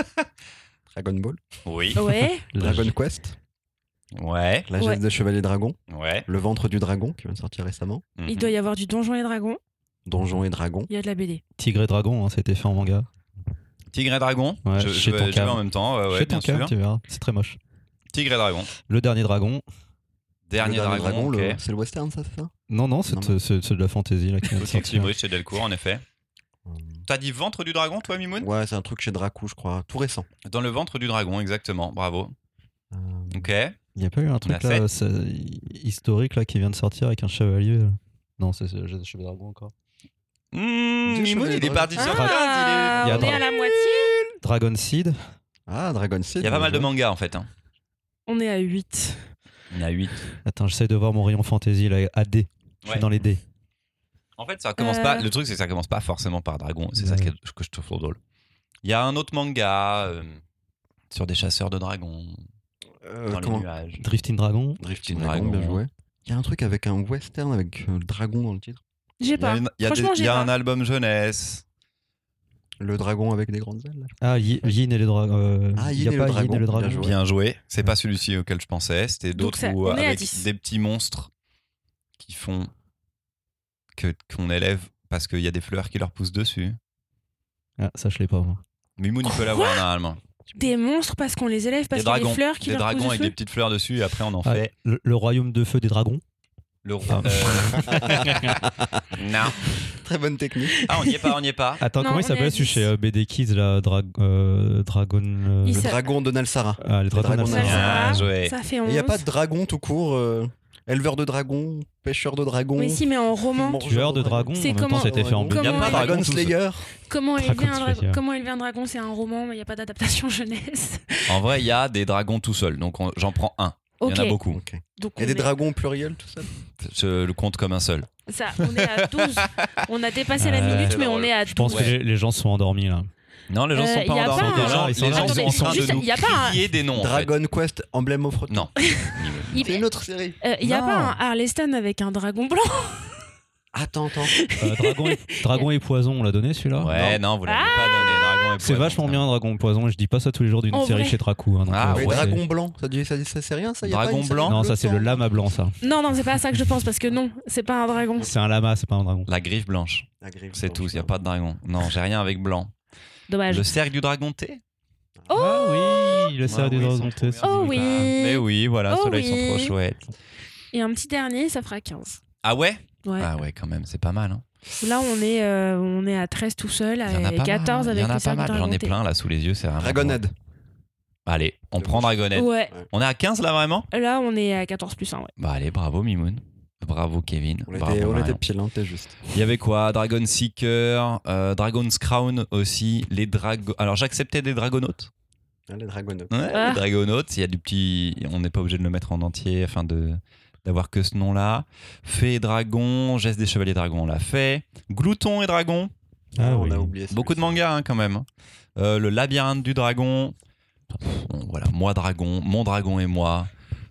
Dragon Ball. Oui. Ouais, Dragon Quest. Ouais. La geste Ouais. des chevaliers dragons. Ouais. Le ventre du dragon qui vient de sortir récemment. Mhm. il doit y avoir du Donjon et Dragon, Donjons et dragons. il y a de la BD. Tigre et Dragon, hein, ça a été fait en manga. Tigre et Dragon. Ouais, je chez vais Tonkam. en même temps. Ouais, Chez bien Tonkam, sûr. tu verras, c'est très moche. Tigre et Dragon. Le dernier dragon. Dernier Le dragon. Ok. c'est le western, ça, c'est ça? Non, Non, c'est de la fantasy là, qui vient de Petit sortir. équilibriste chez Delcourt, en effet. T'as dit ventre du dragon, toi, Mimoun? Ouais, c'est un truc chez Dracou, je crois. Tout récent. Dans le ventre du dragon, exactement. Bravo. Euh, Ok. Il n'y a pas eu un truc On a là, historique là, qui vient de sortir avec un chevalier là. Non, c'est le jeu de chevalier dragon encore. Mimoun, chevalier il est de parti sur 15. Ah, Il y a on est à la moitié. Dragon Seed. Ah, Dragon Seed. Il y a pas mal de bien joué. mangas, en fait. hein. On est à 8. Il y en a 8. Attends, j'essaie de voir mon rayon fantasy là, à D. Je Ouais. suis dans les D. En fait, ça commence pas. Le truc, c'est que ça commence pas forcément par dragon. C'est ça Ouais. que je trouve drôle. Il y a un autre manga sur des chasseurs de dragons dans les Comment nuages. Drifting Dragon. Drifting Dragon. Dragon, bien joué. Il y a un truc avec un western avec le dragon dans le titre. J'ai pas. Franchement, Il j'ai y a pas. un album jeunesse. Le dragon avec des grandes ailes. Là. Ah, Yin et les dragons. Ah, il Yin y a et pas le Yin et dragon, le bien dragon. joué. Bien joué. C'est pas celui-ci auquel je pensais. C'était Donc d'autres ça, où, on est à avec 10. des petits monstres qui font qu'on élève parce qu'il y a des fleurs qui leur poussent dessus. Ah, ça, je l'ai pas moi. Mimoun, il peut l'avoir normalement. Des monstres parce qu'on les élève, parce Des qu'il y a dragons. des fleurs qui Des leur dragons poussent avec des dessus. petites fleurs dessus et après on en Ah, fait le royaume de feu des dragons. le roi. Non. Très bonne technique. Ah, on n'y est pas, on n'y est pas. Attends, Non, comment il on est à s'appelle celui 10. chez BD Kids là, Dragon. Il Le Ça- dragon de Nalsara. Ah, les dragons. dragons Ça, Bien Bien ça, joué. ça fait Il 11. n'y a pas de dragon tout court. Éleveur de dragons, pêcheur de dragons. Oui, si, mais en roman. mangeur Tueur de dragons. C'est En même temps, comment- ça a été fait en Comment- Il y a BD. pas de Comment- dragon Dragon tout seul. Slayer. Comment élever, Dragon Slayer. comment élever un dragon, c'est un roman, mais il n'y a pas d'adaptation jeunesse. En vrai, il y a des dragons tout seuls, donc j'en prends un. Ok. Il y en a beaucoup. Ok. Donc Et on des est- dragons au pluriel, tout ça. Je le compte comme un seul. Ça, on est à 12. On a dépassé la minute, c'est mais drôle. on est à 12. Je pense que les gens sont endormis là. Non, les gens sont y pas a endormis. pas Les un- gens, Ils sont les gens Attendez, sont en train juste, de nous y a pas un- crier des noms. en fait. Dragon Quest, Emblem of Rotten. Non. Il C'est une autre série. n'y a Non. pas un Harleston avec un dragon blanc. Attends. Dragon et poison, on l'a donné celui-là. Ouais, non, vous l'avez Ah pas donné. Dragon et C'est poison, vachement ça. bien Dragon et poison. Je dis pas ça tous les jours d'une En série vrai. chez Dracou. Hein, donc, Ah, Mais ouais. dragon blanc, ça c'est rien ça. Y a pas Dragon une série blanc Non, bleue ça c'est le dedans lama blanc ça. Non, c'est pas à ça que je pense, parce que non, c'est pas un dragon. C'est un lama, c'est pas un dragon. La griffe blanche. La griffe C'est blanche, tout, il n'y a non. pas de dragon. Non, j'ai rien avec blanc. Dommage. Le cercle du dragon T. Oh Ah oui, le cerf Ah des oui, dragons. ils sont trop Oh oui. Mais oui, voilà, Oh ceux-là, ils sont oui. trop chouettes. Et un petit dernier, ça fera 15. Ah ouais Ouais. Ah ouais, quand même, c'est pas mal. Hein. Là, on est à 13 tout seul, Il y en a à pas 14 mal. Il y avec en le a pas cercle mal. J'en ai dragonté. plein là sous les yeux, c'est vraiment. Dragonhead. Allez, on C'est prend bon. Dragonhead. Ouais. On est à 15 là vraiment Là, on est à 14 plus 1, ouais. Bah allez, bravo Mimoun. Bravo Kevin. On Bravo était Marion. pile, hein, t'es juste. Il y avait quoi? Dragon Seeker, Dragon's Crown aussi, les dragons. Alors j'acceptais des dragonautes. Ah, les dragonautes. Ouais, Ah. les dragonautes, il y a du petit. On n'est pas obligé de le mettre en entier afin d'avoir que ce nom-là. Fée et dragon, geste des chevaliers dragons, on l'a fait. Glouton et dragon, Ah on oui. a oublié. beaucoup de mangas hein, quand même. Le labyrinthe du dragon. Bon, voilà, moi dragon, mon dragon et moi.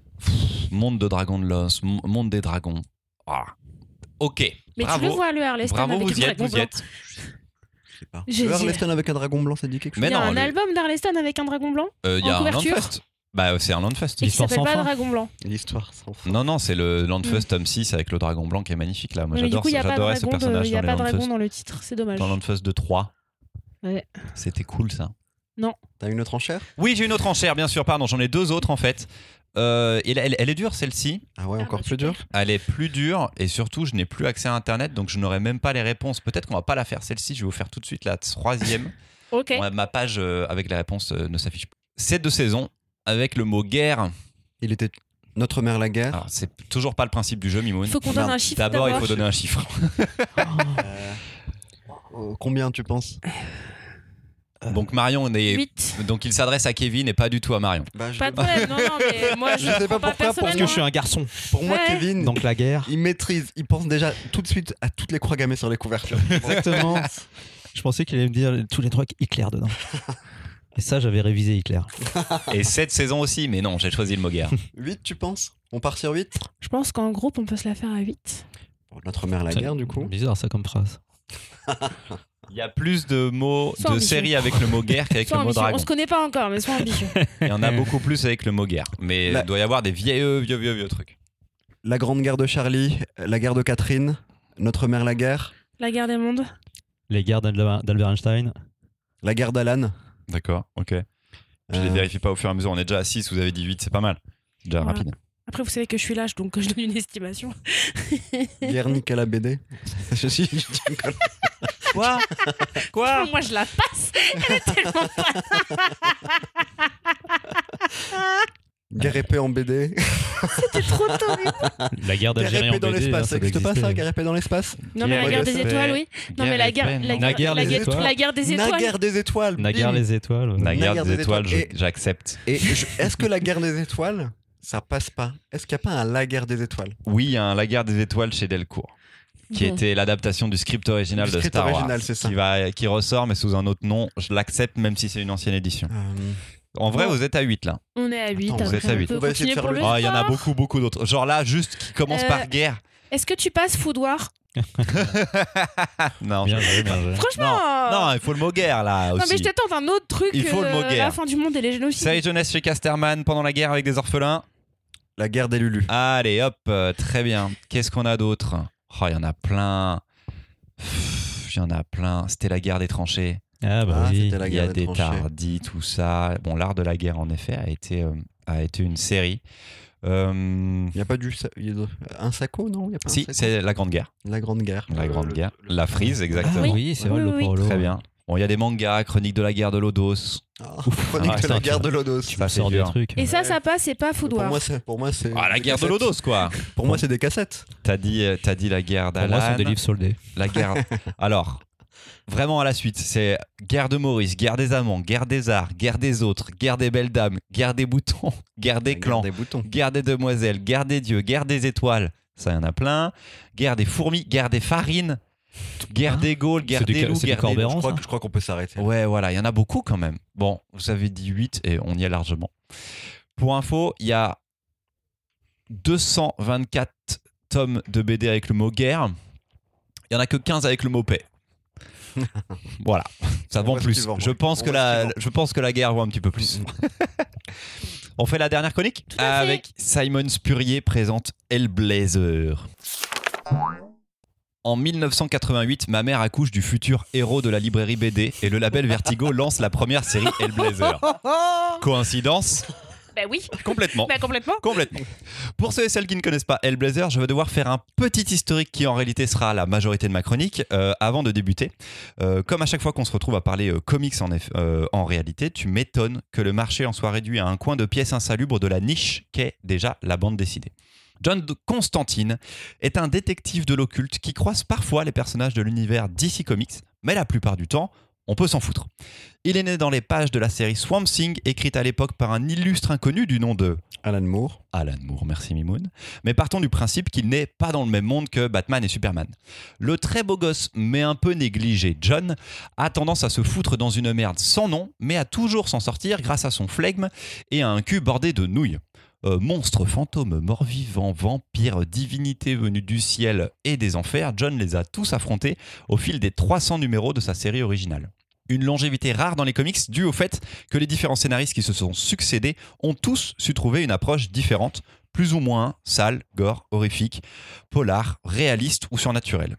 Monde de dragon de l'os, monde des dragons. Ah. Ok. Mais bravo. tu le vois, le Harleston Bravo, avec vous un y êtes, dragon vous y blanc. êtes. Je sais pas. J'ai- Le Harleston avec un dragon blanc, ça dit quelque chose. Mais Il y a non, un album d'Harleston avec un dragon blanc Il y a en un couverture. Landfest. Bah, c'est un Landfest. et qui L'histoire s'appelle sans pas fin. Dragon Blanc. L'histoire sans fin. Non, c'est le Landfest tome 6 avec le dragon blanc qui est magnifique là. Moi Mais du j'adore coup, il n'y a pas de j'adorais ce dragon, personnage il y a dans pas les de dragon Landfest. dans le titre, c'est dommage. Dans Landfest de 3. Ouais. C'était cool ça. T'as une autre enchère? Oui, j'ai une autre enchère, bien sûr, pardon, j'en ai deux autres en fait. Elle est dure celle-ci. Ah ouais, encore bah, plus super. dur. Elle est plus dure et surtout, je n'ai plus accès à Internet, donc je n'aurai même pas les réponses. Peut-être qu'on va pas la faire celle-ci. Je vais vous faire tout de suite la 3e. Ok. Bon, ma page avec les réponses ne s'affiche plus. C'est de saison avec le mot guerre. Il était Notre mère la guerre. Alors, c'est toujours pas le principe du jeu, Mimoun. Il faut qu'on donne Merde. un chiffre D'abord, il d'abord. faut donner un chiffre. Combien tu penses? Donc Marion est. 8. Donc il s'adresse à Kevin et pas du tout à Marion. Bah, je- Pas de problème, non, mais moi je Je sais pas prends pourquoi, parce que Parce que je suis personnellement. un garçon. Pour moi, Ouais. Kevin, Donc la guerre. il maîtrise, il pense déjà tout de suite à toutes les croix gammées sur les couvertures. Exactement. Je pensais qu'il allait me dire tous les trucs Hitler dedans. Et ça, j'avais révisé Hitler. Et cette saison aussi, mais non, j'ai choisi le mot guerre. 8, tu penses? On part sur 8? Je pense qu'en groupe on peut se la faire à 8. Pour Notre mère la guerre, du coup. Bizarre ça comme phrase. Il y a plus de mots Sois de ambitieux. séries avec le mot guerre qu'avec Sois le mot ambitieux. dragon. On se connaît pas encore, mais sois ambitieux. Il y en a beaucoup plus avec le mot guerre. Mais La- il doit y avoir des vieux trucs. La grande guerre de Charlie, la guerre de Catherine, Notre mère la guerre, La guerre des mondes. Les guerres d'Albert Einstein. la guerre d'Alan. D'accord, ok. Je les vérifie pas au fur et à mesure. On est déjà à 6, vous avez dit 8, c'est pas mal. C'est déjà Voilà. rapide. Après, vous savez que je suis lâche, donc je donne une estimation. Guernica la BD. Je suis. Quoi Quoi Moi, je la passe. Elle est tellement pas. Guerre épée en BD. C'était trop tôt. La guerre Guerre d'Algérie en épée dans BD. l'espace. hein, Ça n'existe pas ça, guerre épée dans l'espace? Non, mais la guerre des étoiles, oui. Non, mais la guerre des Naguère les étoiles. La guerre des étoiles. Naguère des étoiles. Naguère bim. les étoiles. La guerre Naguère des des étoiles, étoiles. j'accepte. Et est-ce que la guerre des étoiles, ça passe pas? Est-ce qu'il n'y a pas un la guerre des étoiles? Oui, il y a un La guerre des étoiles chez Delcourt, qui Bon. était l'adaptation du script original Du de script Star Wars, original, c'est ça. qui ressort mais sous un autre nom. Je l'accepte même si c'est une ancienne édition. En vrai, Bon. vous êtes à 8 là. On est à 8. Attends, vous êtes à après, 8. on peut On va essayer de continuer faire pour le- le Ah, il y en a sport. beaucoup d'autres. Genre là, juste qui commence par guerre. Est-ce que tu passes Foudoir? Non, Bien joué, bien joué. Franchement. non, il faut le mot guerre là Non, aussi. mais je te tente un autre truc. Il faut le mot guerre. La fin du monde et les génocides. Série jeunesse chez Casterman pendant la guerre avec des orphelins. La guerre des Lulus. Allez, hop, très bien. Qu'est-ce qu'on a d'autre? Oh, il y en a plein. Il y en a plein. C'était la guerre des tranchées. Ah bah Ah, oui. c'était la Il y a guerre des des tranchées. tardis, tout ça. Bon, l'art de la guerre, en effet, a été une série. Il n'y a pas un Sacco, non? Y a pas un Si, Sacco c'est la Grande Guerre. La grande guerre. La Grande Guerre. La frise, Ah exactement. oui, c'est vrai, Oui, le oui, Polo. Très bien. Bon, il y a des mangas, Chronique de la guerre de Lodos. Chronique Ah, de la putain, guerre de Lodos. Tu Ça, me c'est sors des dur. trucs. Et ça passe, c'est pas Foudoir. Pour moi, c'est. Ah, la des guerre de cassettes. Lodos, quoi. Pour moi, c'est des cassettes. T'as dit la guerre Pour moi, c'est d'Alan. des livres soldés. La guerre. Alors, vraiment à la suite, c'est guerre de Maurice, guerre des amants, guerre des arts, guerre des autres, guerre des belles dames, guerre des boutons, guerre des La clans, guerre des boutons. guerre des demoiselles, guerre des dieux, guerre des étoiles. Ça, il y en a plein. Guerre des fourmis, guerre des farines, guerre Hein des Gaules, guerre C'est du des ca- loups, c'est du guerre des... Corbéran, ça Je crois qu'on peut s'arrêter. Ouais, voilà, il y en a beaucoup quand même. Bon, vous avez dit 8 et on y est largement. Pour info, il y a 224 tomes de BD avec le mot guerre. Il n'y en a que 15 avec le mot paix. Voilà, ça On vend voit ce plus. qu'il vend, Je ouais. pense On que voit ce qu'il je pense que la guerre vaut un petit peu plus. On fait la dernière chronique Tout à fait. avec Simon Spurrier présente Hellblazer. En 1988, ma mère accouche du futur héros de la librairie BD et le label Vertigo lance la première série Hellblazer. Coïncidence? Bah oui. Complètement. Bah complètement. Complètement. Pour ceux et celles qui ne connaissent pas Hellblazer, je vais devoir faire un petit historique qui en réalité sera la majorité de ma chronique avant de débuter. Comme à chaque fois qu'on se retrouve à parler comics en réalité, tu m'étonnes que le marché en soit réduit à un coin de pièce insalubre de la niche qu'est déjà la bande dessinée. John Constantine est un détective de l'occulte qui croise parfois les personnages de l'univers DC Comics, mais la plupart du temps, on peut s'en foutre. Il est né dans les pages de la série Swamp Thing, écrite à l'époque par un illustre inconnu du nom de Alan Moore. Alan Moore, merci Mimoun. Mais partons du principe qu'il n'est pas dans le même monde que Batman et Superman. Le très beau gosse, mais un peu négligé John, a tendance à se foutre dans une merde sans nom, mais à toujours s'en sortir grâce à son flegme et à un cul bordé de nouilles. Monstres, fantômes, morts-vivants, vampires, divinités venues du ciel et des enfers, John les a tous affrontés au fil des 300 numéros de sa série originale. Une longévité rare dans les comics due au fait que les différents scénaristes qui se sont succédés ont tous su trouver une approche différente, plus ou moins sale, gore, horrifique, polar, réaliste ou surnaturelle.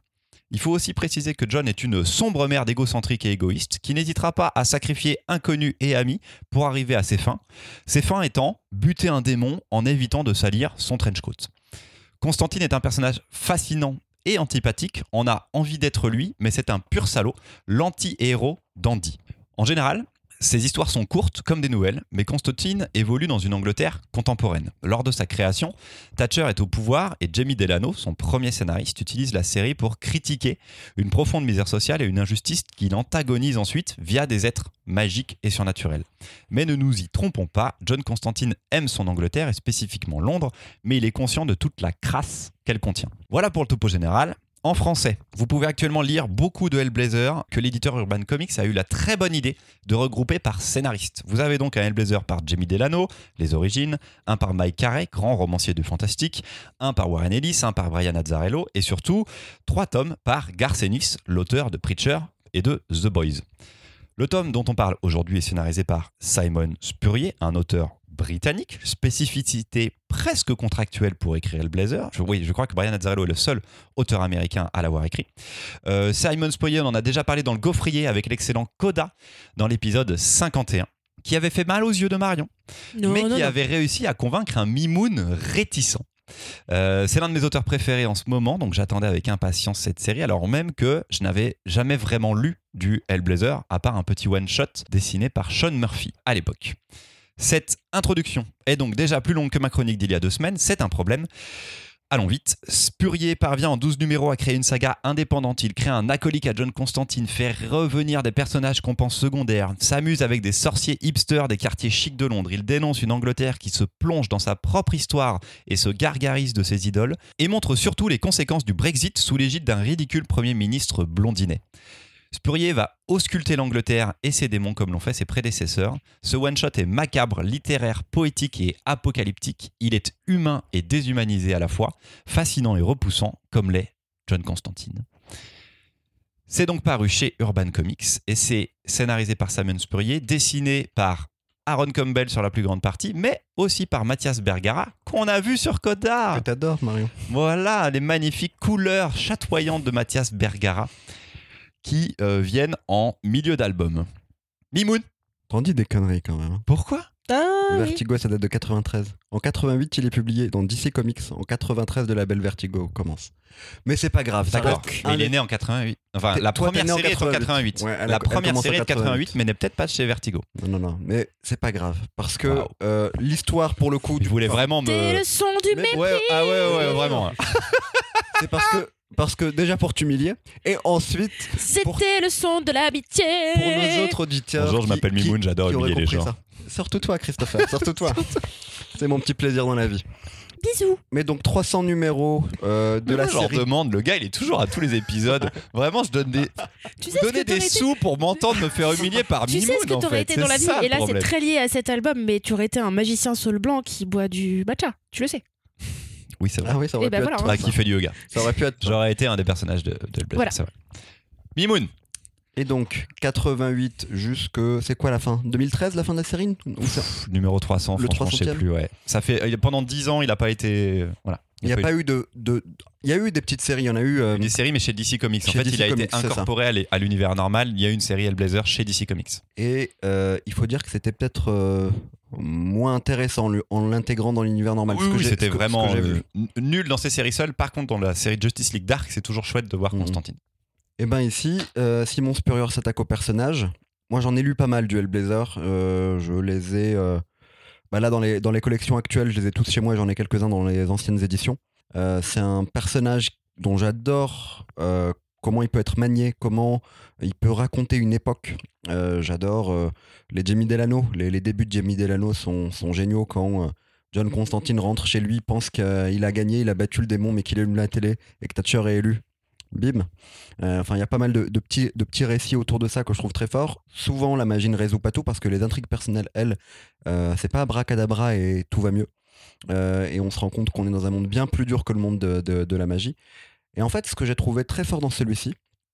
Il faut aussi préciser que John est une sombre merde égocentrique et égoïste qui n'hésitera pas à sacrifier inconnus et amis pour arriver à ses fins. Ses fins étant buter un démon en évitant de salir son trenchcoat. Constantine est un personnage fascinant et antipathique. On a envie d'être lui, mais c'est un pur salaud, l'anti-héros d'Andy. En général, ces histoires sont courtes comme des nouvelles, mais Constantine évolue dans une Angleterre contemporaine. Lors de sa création, Thatcher est au pouvoir et Jamie Delano, son premier scénariste, utilise la série pour critiquer une profonde misère sociale et une injustice qu'il antagonise ensuite via des êtres magiques et surnaturels. Mais ne nous y trompons pas, John Constantine aime son Angleterre et spécifiquement Londres, mais il est conscient de toute la crasse qu'elle contient. Voilà pour le topo général. En français, vous pouvez actuellement lire beaucoup de Hellblazer que l'éditeur Urban Comics a eu la très bonne idée de regrouper par scénariste. Vous avez donc un Hellblazer par Jamie Delano, les origines, un par Mike Carey, grand romancier du fantastique, un par Warren Ellis, un par Brian Azzarello et surtout 3 tomes par Garth Ennis, l'auteur de Preacher et de The Boys. Le tome dont on parle aujourd'hui est scénarisé par Simon Spurrier, un auteur britannique, spécificité presque contractuelle pour écrire Hellblazer. Je crois que Brian Azzarello est le seul auteur américain à l'avoir écrit. Simon Spurrier, on en a déjà parlé dans le Gaufrier avec l'excellent Coda dans l'épisode 51, qui avait fait mal aux yeux de Marion, mais qui avait réussi à convaincre un Mimoun réticent. C'est l'un de mes auteurs préférés en ce moment, donc j'attendais avec impatience cette série, alors même que je n'avais jamais vraiment lu du Hellblazer, à part un petit one-shot dessiné par Sean Murphy à l'époque. Cette introduction est donc déjà plus longue que ma chronique d'il y a 2 semaines, c'est un problème. Allons vite. Spurrier parvient en 12 numéros à créer une saga indépendante. Il crée un acolyte à John Constantine, fait revenir des personnages qu'on pense secondaires, s'amuse avec des sorciers hipsters des quartiers chics de Londres. Il dénonce une Angleterre qui se plonge dans sa propre histoire et se gargarise de ses idoles, et montre surtout les conséquences du Brexit sous l'égide d'un ridicule Premier ministre blondinet. Spurrier va ausculter l'Angleterre et ses démons comme l'ont fait ses prédécesseurs. Ce one-shot est macabre, littéraire, poétique et apocalyptique. Il est humain et déshumanisé à la fois, fascinant et repoussant comme l'est John Constantine. C'est donc paru chez Urban Comics et c'est scénarisé par Simon Spurrier, dessiné par Aaron Campbell sur la plus grande partie, mais aussi par Mathias Bergara, qu'on a vu sur Coda. Que t'adores, Marion. Voilà, les magnifiques couleurs chatoyantes de Mathias Bergara qui viennent en milieu d'album. Mimoun. T'en dis des conneries quand même. Pourquoi ? Vertigo, ça date de 93. En 88, il est publié dans DC Comics. En 93, le label Vertigo commence. Mais c'est pas grave. D'accord. Mais il est né en 88. Enfin, la première série est en 88. Ouais, la première série est de 88, mais n'est peut-être pas chez Vertigo. Non. Mais c'est pas grave. Parce que l'histoire, pour le coup... Je voulais vraiment me... T'es le son du mépris. Ouais, vraiment. C'est parce que déjà pour t'humilier, et ensuite... C'était le son de l'amitié. Pour nos autres auditeurs... Bonjour, je m'appelle Mimoun, j'adore humilier les gens. Surtout toi, Christopher, surtout toi. C'est mon petit plaisir dans la vie. Bisous. Mais donc 300 numéros de la série. Je leur demande, le gars il est toujours à tous les épisodes. Vraiment, je donne des sous pour m'entendre me faire humilier par Mimoun. Tu sais ce que t'aurais été dans la vie, et là c'est très lié à cet album, mais tu aurais été un magicien saule blanc qui boit du matcha, tu le sais. Oui, c'est vrai. Ah oui, ça aurait pu être qui fait du yoga. Ça aurait pu être. J'aurais été un des personnages de Hellblazer, voilà. C'est vrai. Mimoun. Et donc 88 jusque c'est quoi la fin 2013 la fin de la série numéro 300 le franchement 300e. Je sais plus ça fait pendant 10 ans il a pas été voilà. Il y a pas eu il y a eu des petites séries, il y en a eu des séries mais chez DC Comics. En fait, il a été incorporé à l'univers normal, il y a eu une série Hellblazer chez DC Comics. Et il faut dire que c'était peut-être moins intéressant en l'intégrant dans l'univers normal. Oui, c'était vraiment nul dans ces séries seules. Par contre, dans la série Justice League Dark, c'est toujours chouette de voir Constantine. Et ben ici, Simon Spurrier s'attaque au personnage. Moi, j'en ai lu pas mal du Hellblazer. Je les ai... là, dans les collections actuelles, je les ai tous chez moi. J'en ai quelques-uns dans les anciennes éditions. C'est un personnage dont j'adore comment il peut être manié, comment il peut raconter une époque. J'adore les Jamie Delano. Les débuts de Jamie Delano sont géniaux quand... John Constantine rentre chez lui, pense qu'il a gagné, il a battu le démon, mais qu'il allume la télé et que Thatcher est élu. Bim. Enfin, il y a pas mal de petits récits autour de ça que je trouve très forts. Souvent, la magie ne résout pas tout parce que les intrigues personnelles, elles, c'est pas abracadabra et tout va mieux. Et on se rend compte qu'on est dans un monde bien plus dur que le monde de la magie. Et en fait, ce que j'ai trouvé très fort dans celui-ci,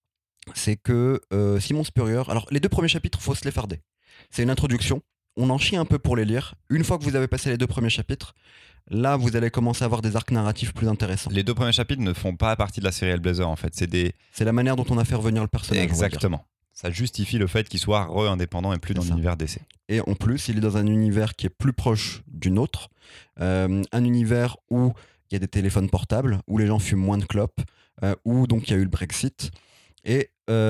c'est que Simon Spurrier... Alors, les 2 premiers chapitres, faut se les farder. C'est une introduction. On en chie un peu pour les lire. Une fois que vous avez passé les 2 premiers chapitres, là vous allez commencer à avoir des arcs narratifs plus intéressants. Les 2 premiers chapitres ne font pas partie de la série Hellblazer en fait. C'est la manière dont on a fait revenir le personnage. Exactement. Ça justifie le fait qu'il soit indépendant et plus dans l'univers DC. Et en plus, il est dans un univers qui est plus proche du nôtre, un univers où il y a des téléphones portables, où les gens fument moins de clopes, où donc il y a eu le Brexit. Et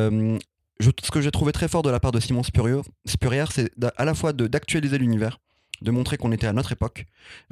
ce que j'ai trouvé très fort de la part de Simon Spurrier, c'est à la fois d'actualiser l'univers, de montrer qu'on était à notre époque,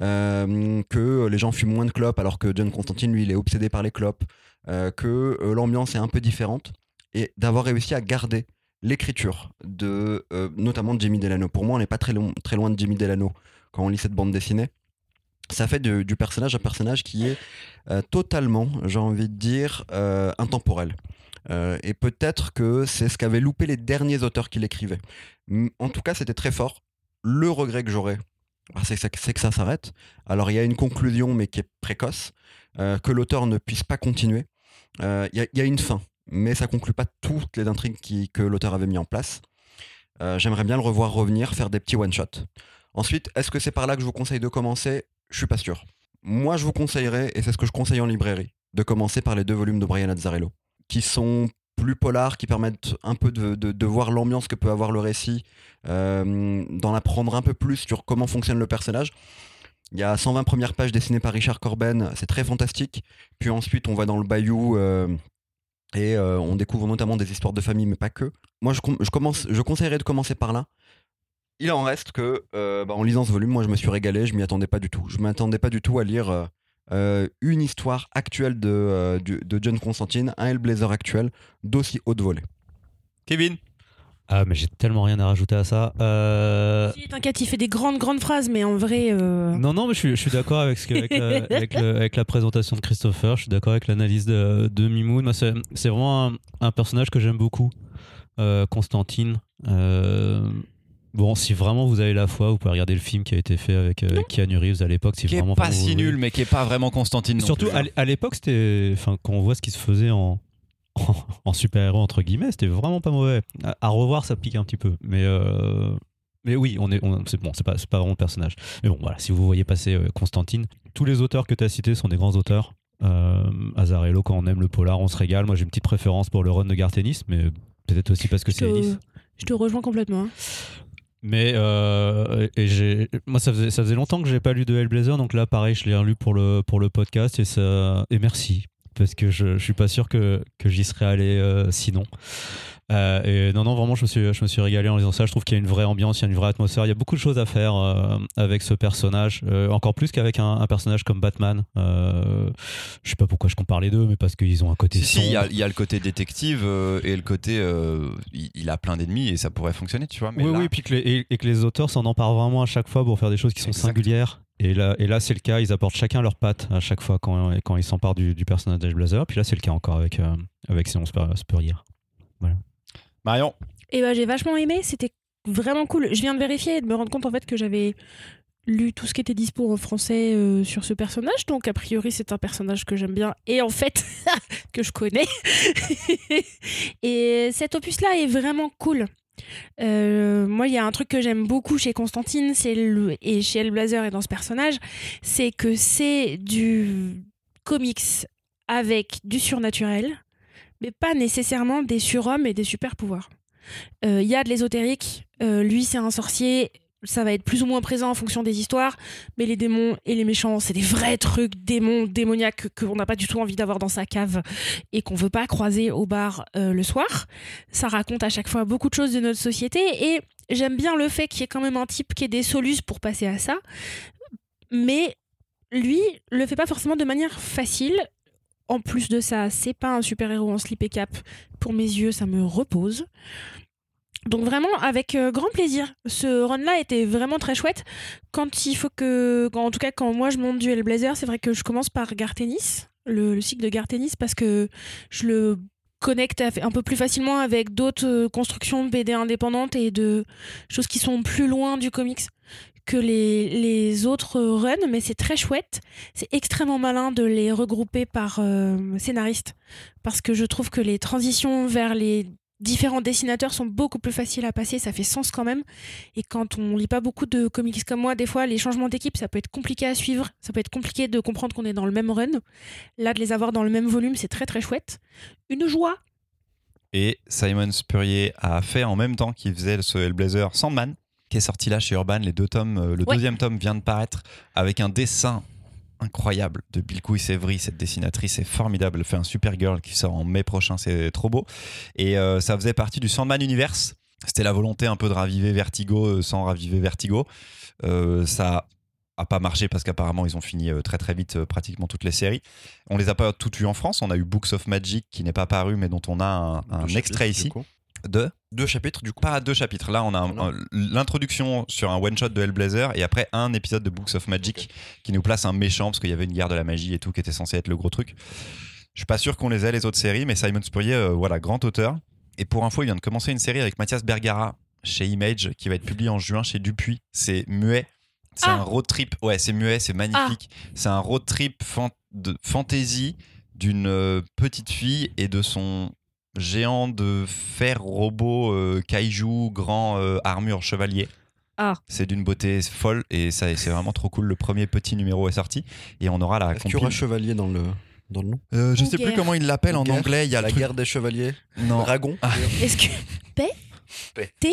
que les gens fument moins de clopes alors que John Constantine, lui, il est obsédé par les clopes, que l'ambiance est un peu différente, et d'avoir réussi à garder l'écriture de notamment de Jimmy Delano. Pour moi, on n'est pas très loin de Jimmy Delano quand on lit cette bande dessinée. Ça fait du personnage un personnage qui est totalement, j'ai envie de dire, intemporel. Et peut-être que c'est ce qu'avaient loupé les derniers auteurs qui l'écrivaient. En tout cas, c'était très fort. Le regret que j'aurais, c'est que ça s'arrête. Alors, il y a une conclusion, mais qui est précoce, que l'auteur ne puisse pas continuer. Il y a une fin, mais ça conclut pas toutes les intrigues que l'auteur avait mis en place. J'aimerais bien le revoir revenir, faire des petits one-shots. Ensuite, est-ce que c'est par là que je vous conseille de commencer ? Je suis pas sûr. Moi, je vous conseillerais, et c'est ce que je conseille en librairie, de commencer par les 2 volumes de Brian Azzarello, qui sont plus polars, qui permettent un peu de voir l'ambiance que peut avoir le récit, d'en apprendre un peu plus sur comment fonctionne le personnage. Il y a 120 premières pages dessinées par Richard Corben, c'est très fantastique. Puis ensuite, on va dans le bayou et on découvre notamment des histoires de famille, mais pas que. Moi, je conseillerais de commencer par là. Il en reste que, en lisant ce volume, moi, je me suis régalé, je m'y attendais pas du tout. Je m'attendais pas du tout à lire une histoire actuelle de John Constantine, un Hellblazer actuel, d'aussi haute volée. Kevin ? Ah, mais j'ai tellement rien à rajouter à ça. Si, t'inquiète, il fait des grandes phrases, mais en vrai... Non, mais je suis d'accord avec la présentation de Christopher, je suis d'accord avec l'analyse de Mimoun. Moi, c'est vraiment un personnage que j'aime beaucoup, Constantine. Bon, si vraiment vous avez la foi, vous pouvez regarder le film qui a été fait avec Keanu Reeves à l'époque. Qui est pas si nul, mais qui est pas vraiment Constantine non surtout plus. À l'époque, quand on voit ce qui se faisait en super-héros entre guillemets, c'était vraiment pas mauvais. À revoir, ça pique un petit peu, mais oui, c'est pas vraiment le personnage. Mais bon, voilà, si vous voyez passer Constantine, tous les auteurs que tu as cités sont des grands auteurs. Azzarello, quand on aime le polar, on se régale. Moi, j'ai une petite préférence pour le run de Garth Ennis, mais peut-être aussi parce que c'est Ennis. Je te rejoins complètement. Mais moi, ça faisait longtemps que j'ai pas lu de Hellblazer, donc là, pareil, je l'ai relu pour le podcast et merci. Parce que je suis pas sûr que j'y serais allé sinon. Et non, vraiment, je me suis régalé en lisant ça. Je trouve qu'il y a une vraie ambiance, il y a une vraie atmosphère. Il y a beaucoup de choses à faire avec ce personnage, encore plus qu'avec un personnage comme Batman. Je sais pas pourquoi je compare les deux, mais parce qu'ils ont un côté sombre. Il y a le côté détective et le côté il a plein d'ennemis et ça pourrait fonctionner, tu vois. Mais oui, puis que les auteurs s'en emparent vraiment à chaque fois pour faire des choses qui sont singulières. Et là, c'est le cas, ils apportent chacun leur patte à chaque fois quand ils s'emparent du personnage d'Hellblazer. Puis là, c'est le cas encore avec Simon Spurrier. Voilà. Marion ? Et j'ai vachement aimé, c'était vraiment cool. Je viens de vérifier et de me rendre compte en fait que j'avais lu tout ce qui était dispo en français sur ce personnage, donc a priori c'est un personnage que j'aime bien et en fait que je connais. Et cet opus là est vraiment cool. Moi il y a un truc que j'aime beaucoup chez Constantine et chez Hellblazer et dans ce personnage, c'est que c'est du comics avec du surnaturel, mais pas nécessairement des surhommes et des super pouvoirs. Il y a de l'ésotérique, lui c'est un sorcier, ça va être plus ou moins présent en fonction des histoires, mais les démons et les méchants, c'est des vrais trucs démoniaques qu'on n'a pas du tout envie d'avoir dans sa cave et qu'on veut pas croiser au bar le soir. Ça raconte à chaque fois beaucoup de choses de notre société et j'aime bien le fait qu'il y ait quand même un type qui ait des solutions pour passer à ça, mais lui le fait pas forcément de manière facile. En plus de ça, c'est pas un super-héros en slip et cap. Pour mes yeux, ça me repose. Donc vraiment, avec grand plaisir. Ce run-là était vraiment très chouette. En tout cas, quand moi je monte du Hellblazer, c'est vrai que je commence par Garth Ennis, le cycle de Garth Ennis, parce que je le connecte un peu plus facilement avec d'autres constructions de BD indépendantes et de choses qui sont plus loin du comics que les autres runs, mais c'est très chouette. C'est extrêmement malin de les regrouper par scénariste, parce que je trouve que les transitions vers les différents dessinateurs sont beaucoup plus faciles à passer, ça fait sens quand même. Et quand on lit pas beaucoup de comics comme moi, des fois les changements d'équipe, ça peut être compliqué à suivre, ça peut être compliqué de comprendre qu'on est dans le même run. Là, de les avoir dans le même volume, c'est très très chouette. Une joie. Et Simon Spurrier a fait en même temps qu'il faisait ce Hellblazer Sandman, qui est sorti là chez Urban, les 2 tomes. Le deuxième tome vient de paraître avec un dessin incroyable de Bilquis Evry. Cette dessinatrice est formidable, elle fait un Supergirl qui sort en mai prochain, c'est trop beau. Et ça faisait partie du Sandman Universe. C'était la volonté un peu de raviver Vertigo sans raviver Vertigo. Ça a pas marché parce qu'apparemment ils ont fini très très vite pratiquement toutes les séries. On les a pas toutes eues en France. On a eu Books of Magic qui n'est pas paru mais dont on a un extrait ici. De 2 chapitres du coup. Pas 2 chapitres. Là, on a l'introduction sur un one-shot de Hellblazer et après un épisode de Books of Magic qui nous place un méchant parce qu'il y avait une guerre de la magie et tout qui était censé être le gros truc. Je suis pas sûr qu'on les ait les autres séries, mais Simon Spurrier, voilà, grand auteur. Et pour info, il vient de commencer une série avec Mathias Bergara chez Image qui va être publiée en juin chez Dupuis. C'est muet. C'est un road trip. Ouais, c'est muet, c'est magnifique. C'est un road trip de fantasy d'une petite fille et de son géant de fer robot kaiju grand armure chevalier. C'est d'une beauté folle et ça, c'est vraiment trop cool. Le premier petit numéro est sorti et on aura la Est-ce qu'il y aura chevalier dans le nom? Je sais plus comment il l'appelle en anglais. Il y a la guerre des chevaliers. Non. Dragon. Est-ce que T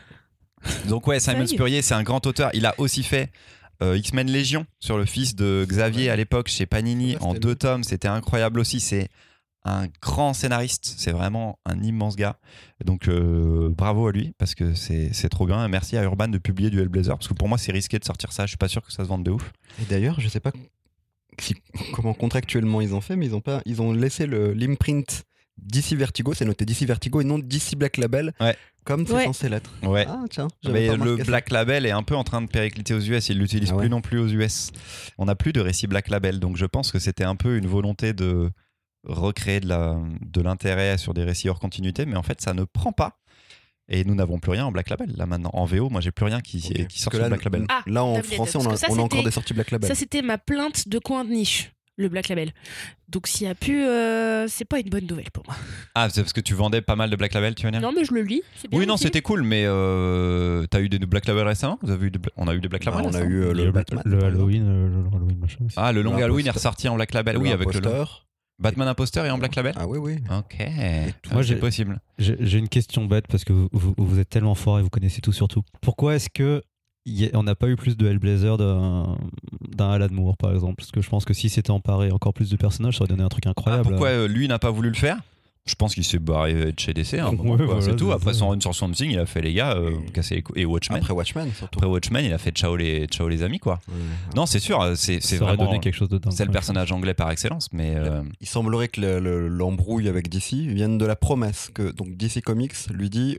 Donc ouais, Simon Spurrier, c'est un grand auteur. Il a aussi fait X-Men Légion sur le fils de Xavier à l'époque chez Panini en 2 tomes. C'était incroyable aussi. C'est un grand scénariste, c'est vraiment un immense gars. Donc bravo à lui parce que c'est trop bien. Merci à Urban de publier du Hellblazer parce que pour moi c'est risqué de sortir ça. Je suis pas sûr que ça se vende de ouf. Et d'ailleurs, je sais pas comment contractuellement ils ont fait, mais ils ont laissé l'imprint DC Vertigo, c'est noté DC Vertigo et non DC Black Label, comme c'est censé l'être. Ouais. Ah tiens. Mais le Black Label est un peu en train de péricliter aux US. Ils l'utilisent plus non plus aux US. On n'a plus de récit Black Label, donc je pense que c'était un peu une volonté de recréer de l'intérêt sur des récits hors continuité, mais en fait ça ne prend pas et nous n'avons plus rien en Black Label là maintenant. En VO, moi j'ai plus rien qui sort sur Black Label. Là en français on a encore des sorties Black Label. Ça c'était ma plainte de coin de niche, le Black Label. Donc s'il y a plus, c'est pas une bonne nouvelle pour moi. Ah, c'est parce que tu vendais pas mal de Black Label, tu veux dire? Non mais je le lis, c'est bien. Oui, non, c'était cool, mais t'as eu des Black Label récemment? On a eu des Black Label on a eu le Batman. Le Halloween machin. Ah, le long Halloween est ressorti en Black Label, oui, avec le Batman Imposteur et en Black Label. Ah oui. Ok. Moi, c'est possible. J'ai une question bête parce que vous êtes tellement fort et vous connaissez tout sur tout. Pourquoi est-ce que on n'a pas eu plus de Hellblazer d'un Alan Moore par exemple? Parce que je pense que si c'était emparé encore plus de personnages, ça aurait donné un truc incroyable. Pourquoi lui n'a pas voulu le faire? Je pense qu'il s'est barré de chez DC. Voilà, c'est tout. Après son run sur Swamp Thing, il a fait les gars, casser les couilles. Et Watchmen. Après Watchmen, surtout. Après Watchmen, il a fait ciao les amis, quoi. Non, c'est sûr, c'est vraiment. Donné quelque chose de dingue. C'est le personnage anglais par excellence, mais. Il semblerait que l'embrouille avec DC vienne de la promesse que donc DC Comics lui dit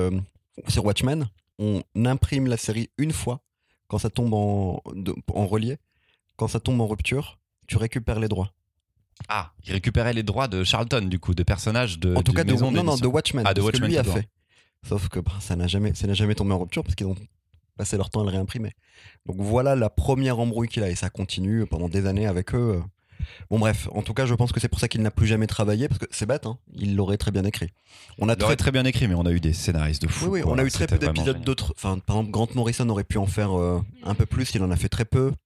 sur Watchmen, on imprime la série une fois quand ça tombe en relié, quand ça tombe en rupture, tu récupères les droits. Ah, il récupérait les droits de Charlton, du coup, de personnages de. En tout cas, de maison de Watchmen. Ah, de Watchmen, que lui a fait. Sauf que ça n'a jamais tombé en rupture parce qu'ils ont passé leur temps à le réimprimer. Donc voilà la première embrouille qu'il a et ça continue pendant des années avec eux. Bon bref, en tout cas, je pense que c'est pour ça qu'il n'a plus jamais travaillé parce que c'est bête, hein, il l'aurait très bien écrit. Il l'aurait très bien écrit, mais on a eu des scénaristes de fou. Oui, on a eu très peu d'épisodes d'autres. Enfin, par exemple, Grant Morrison aurait pu en faire un peu plus, il en a fait très peu.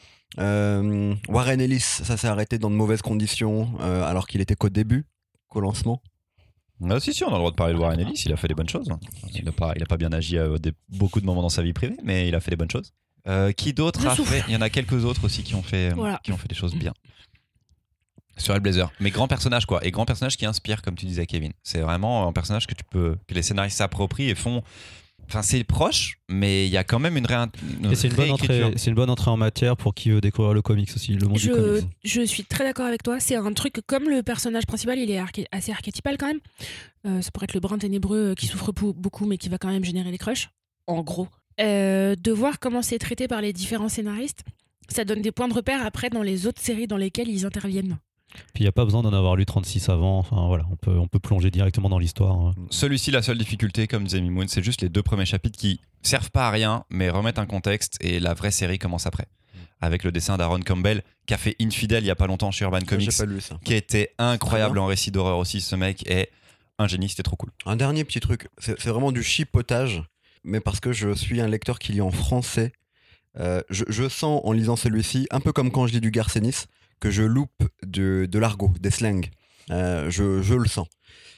Warren Ellis, ça s'est arrêté dans de mauvaises conditions alors qu'il était qu'au début, qu'au lancement. Ah, si, on a le droit de parler de Warren Ellis, il a fait des bonnes choses. Il n'a pas bien agi à beaucoup de moments dans sa vie privée, mais il a fait des bonnes choses. Qui d'autre a fait? Il y en a quelques autres aussi qui ont fait des choses bien. Sur Hellblazer. Mais grand personnage, quoi. Et grand personnage qui inspire, comme tu disais, Kevin. C'est vraiment un personnage que les scénaristes s'approprient et font. Enfin, c'est proche, mais il y a quand même une c'est une bonne entrée en matière pour qui veut découvrir le comics aussi, le monde du comics. Je suis très d'accord avec toi. C'est un truc, comme le personnage principal, il est assez archétypal quand même. Ça pourrait être le brun ténébreux qui souffre beaucoup, mais qui va quand même générer les crushs, en gros. De voir comment c'est traité par les différents scénaristes, ça donne des points de repère après dans les autres séries dans lesquelles ils interviennent. Puis il n'y a pas besoin d'en avoir lu 36 avant, enfin voilà, on peut plonger directement dans l'histoire. Celui-ci, la seule difficulté, comme disait Mimoun, c'est juste les 2 premiers chapitres qui servent pas à rien, mais remettent un contexte et la vraie série commence après. Avec le dessin d'Aaron Campbell, qui a fait Infidèle il y a pas longtemps chez Urban Comics, j'ai pas lu ça. qui a été incroyable en récit d'horreur aussi. Ce mec est un génie, c'était trop cool. Un dernier petit truc, c'est vraiment du chipotage, mais parce que je suis un lecteur qui lit en français, je sens en lisant celui-ci, un peu comme quand je lis du Garcenis, que je loupe de l'argot, des slangs. Je le sens.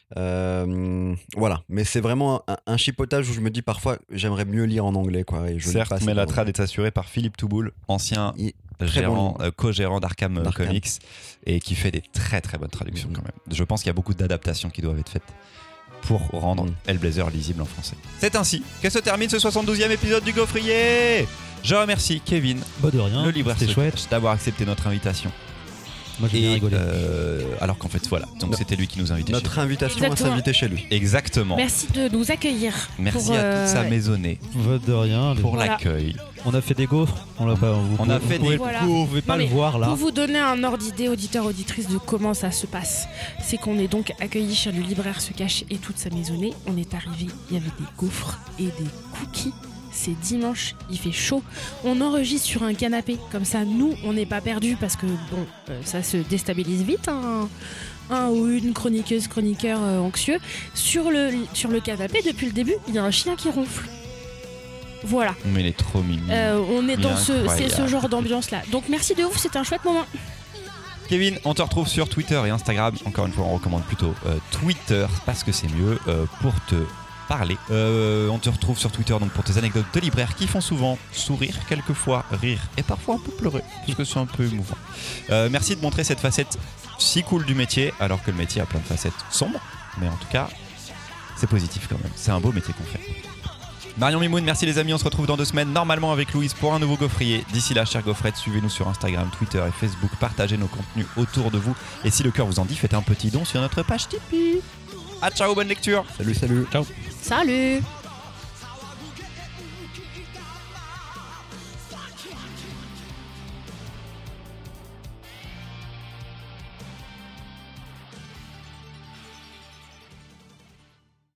Voilà, mais c'est vraiment un chipotage où je me dis parfois j'aimerais mieux lire en anglais, quoi. Et je Certes, mais la trad est assurée par Philippe Touboul, ancien co-gérant d'Arkham Comics, et qui fait des très très bonnes traductions quand même. Je pense qu'il y a beaucoup d'adaptations qui doivent être faites pour rendre Hellblazer lisible en français. C'est ainsi que se termine ce 72e épisode du Gaufrier. Je remercie Kevin, de rien, le libraire c'était chouette, d'avoir accepté notre invitation. Moi j'ai bien rigolé. Alors qu'en fait voilà, donc c'était lui qui nous invitait. Notre invitation à s'inviter chez lui. Exactement. Merci de nous accueillir. Merci à toute sa maisonnée. De rien. Pour l'accueil. On a fait des gaufres. On a fait des gaufres. Vous pouvez pas le voir là. Pour vous donner un ordre d'idée, auditeurs, auditrices, de comment ça se passe, c'est qu'on est donc accueillis chez le libraire Se Cache et toute sa maisonnée. On est arrivé, il y avait des gaufres et des cookies. C'est dimanche, il fait chaud. On enregistre sur un canapé, comme ça nous on n'est pas perdus parce que ça se déstabilise vite, un ou une chroniqueur anxieux. Sur le canapé, depuis le début, il y a un chien qui ronfle. Voilà. Mais il est trop mimi. On est dans ce genre d'ambiance là. Donc merci de ouf, c'était un chouette moment. Kevin, on te retrouve sur Twitter et Instagram. Encore une fois, on recommande plutôt Twitter parce que c'est mieux pour te parler. On te retrouve sur Twitter donc pour tes anecdotes de libraires qui font souvent sourire, quelquefois rire et parfois un peu pleurer parce que c'est un peu émouvant. Merci de montrer cette facette si cool du métier alors que le métier a plein de facettes sombres, mais en tout cas c'est positif quand même. C'est un beau métier qu'on fait. Marion Mimoun, merci les amis, on se retrouve dans 2 semaines normalement avec Louise pour un nouveau gaufrier. D'ici là, chère gaufrette, suivez-nous sur Instagram, Twitter et Facebook, partagez nos contenus autour de vous et si le cœur vous en dit, faites un petit don sur notre page Tipeee. Ah ciao, bonne lecture. Salut. Ciao. Salut.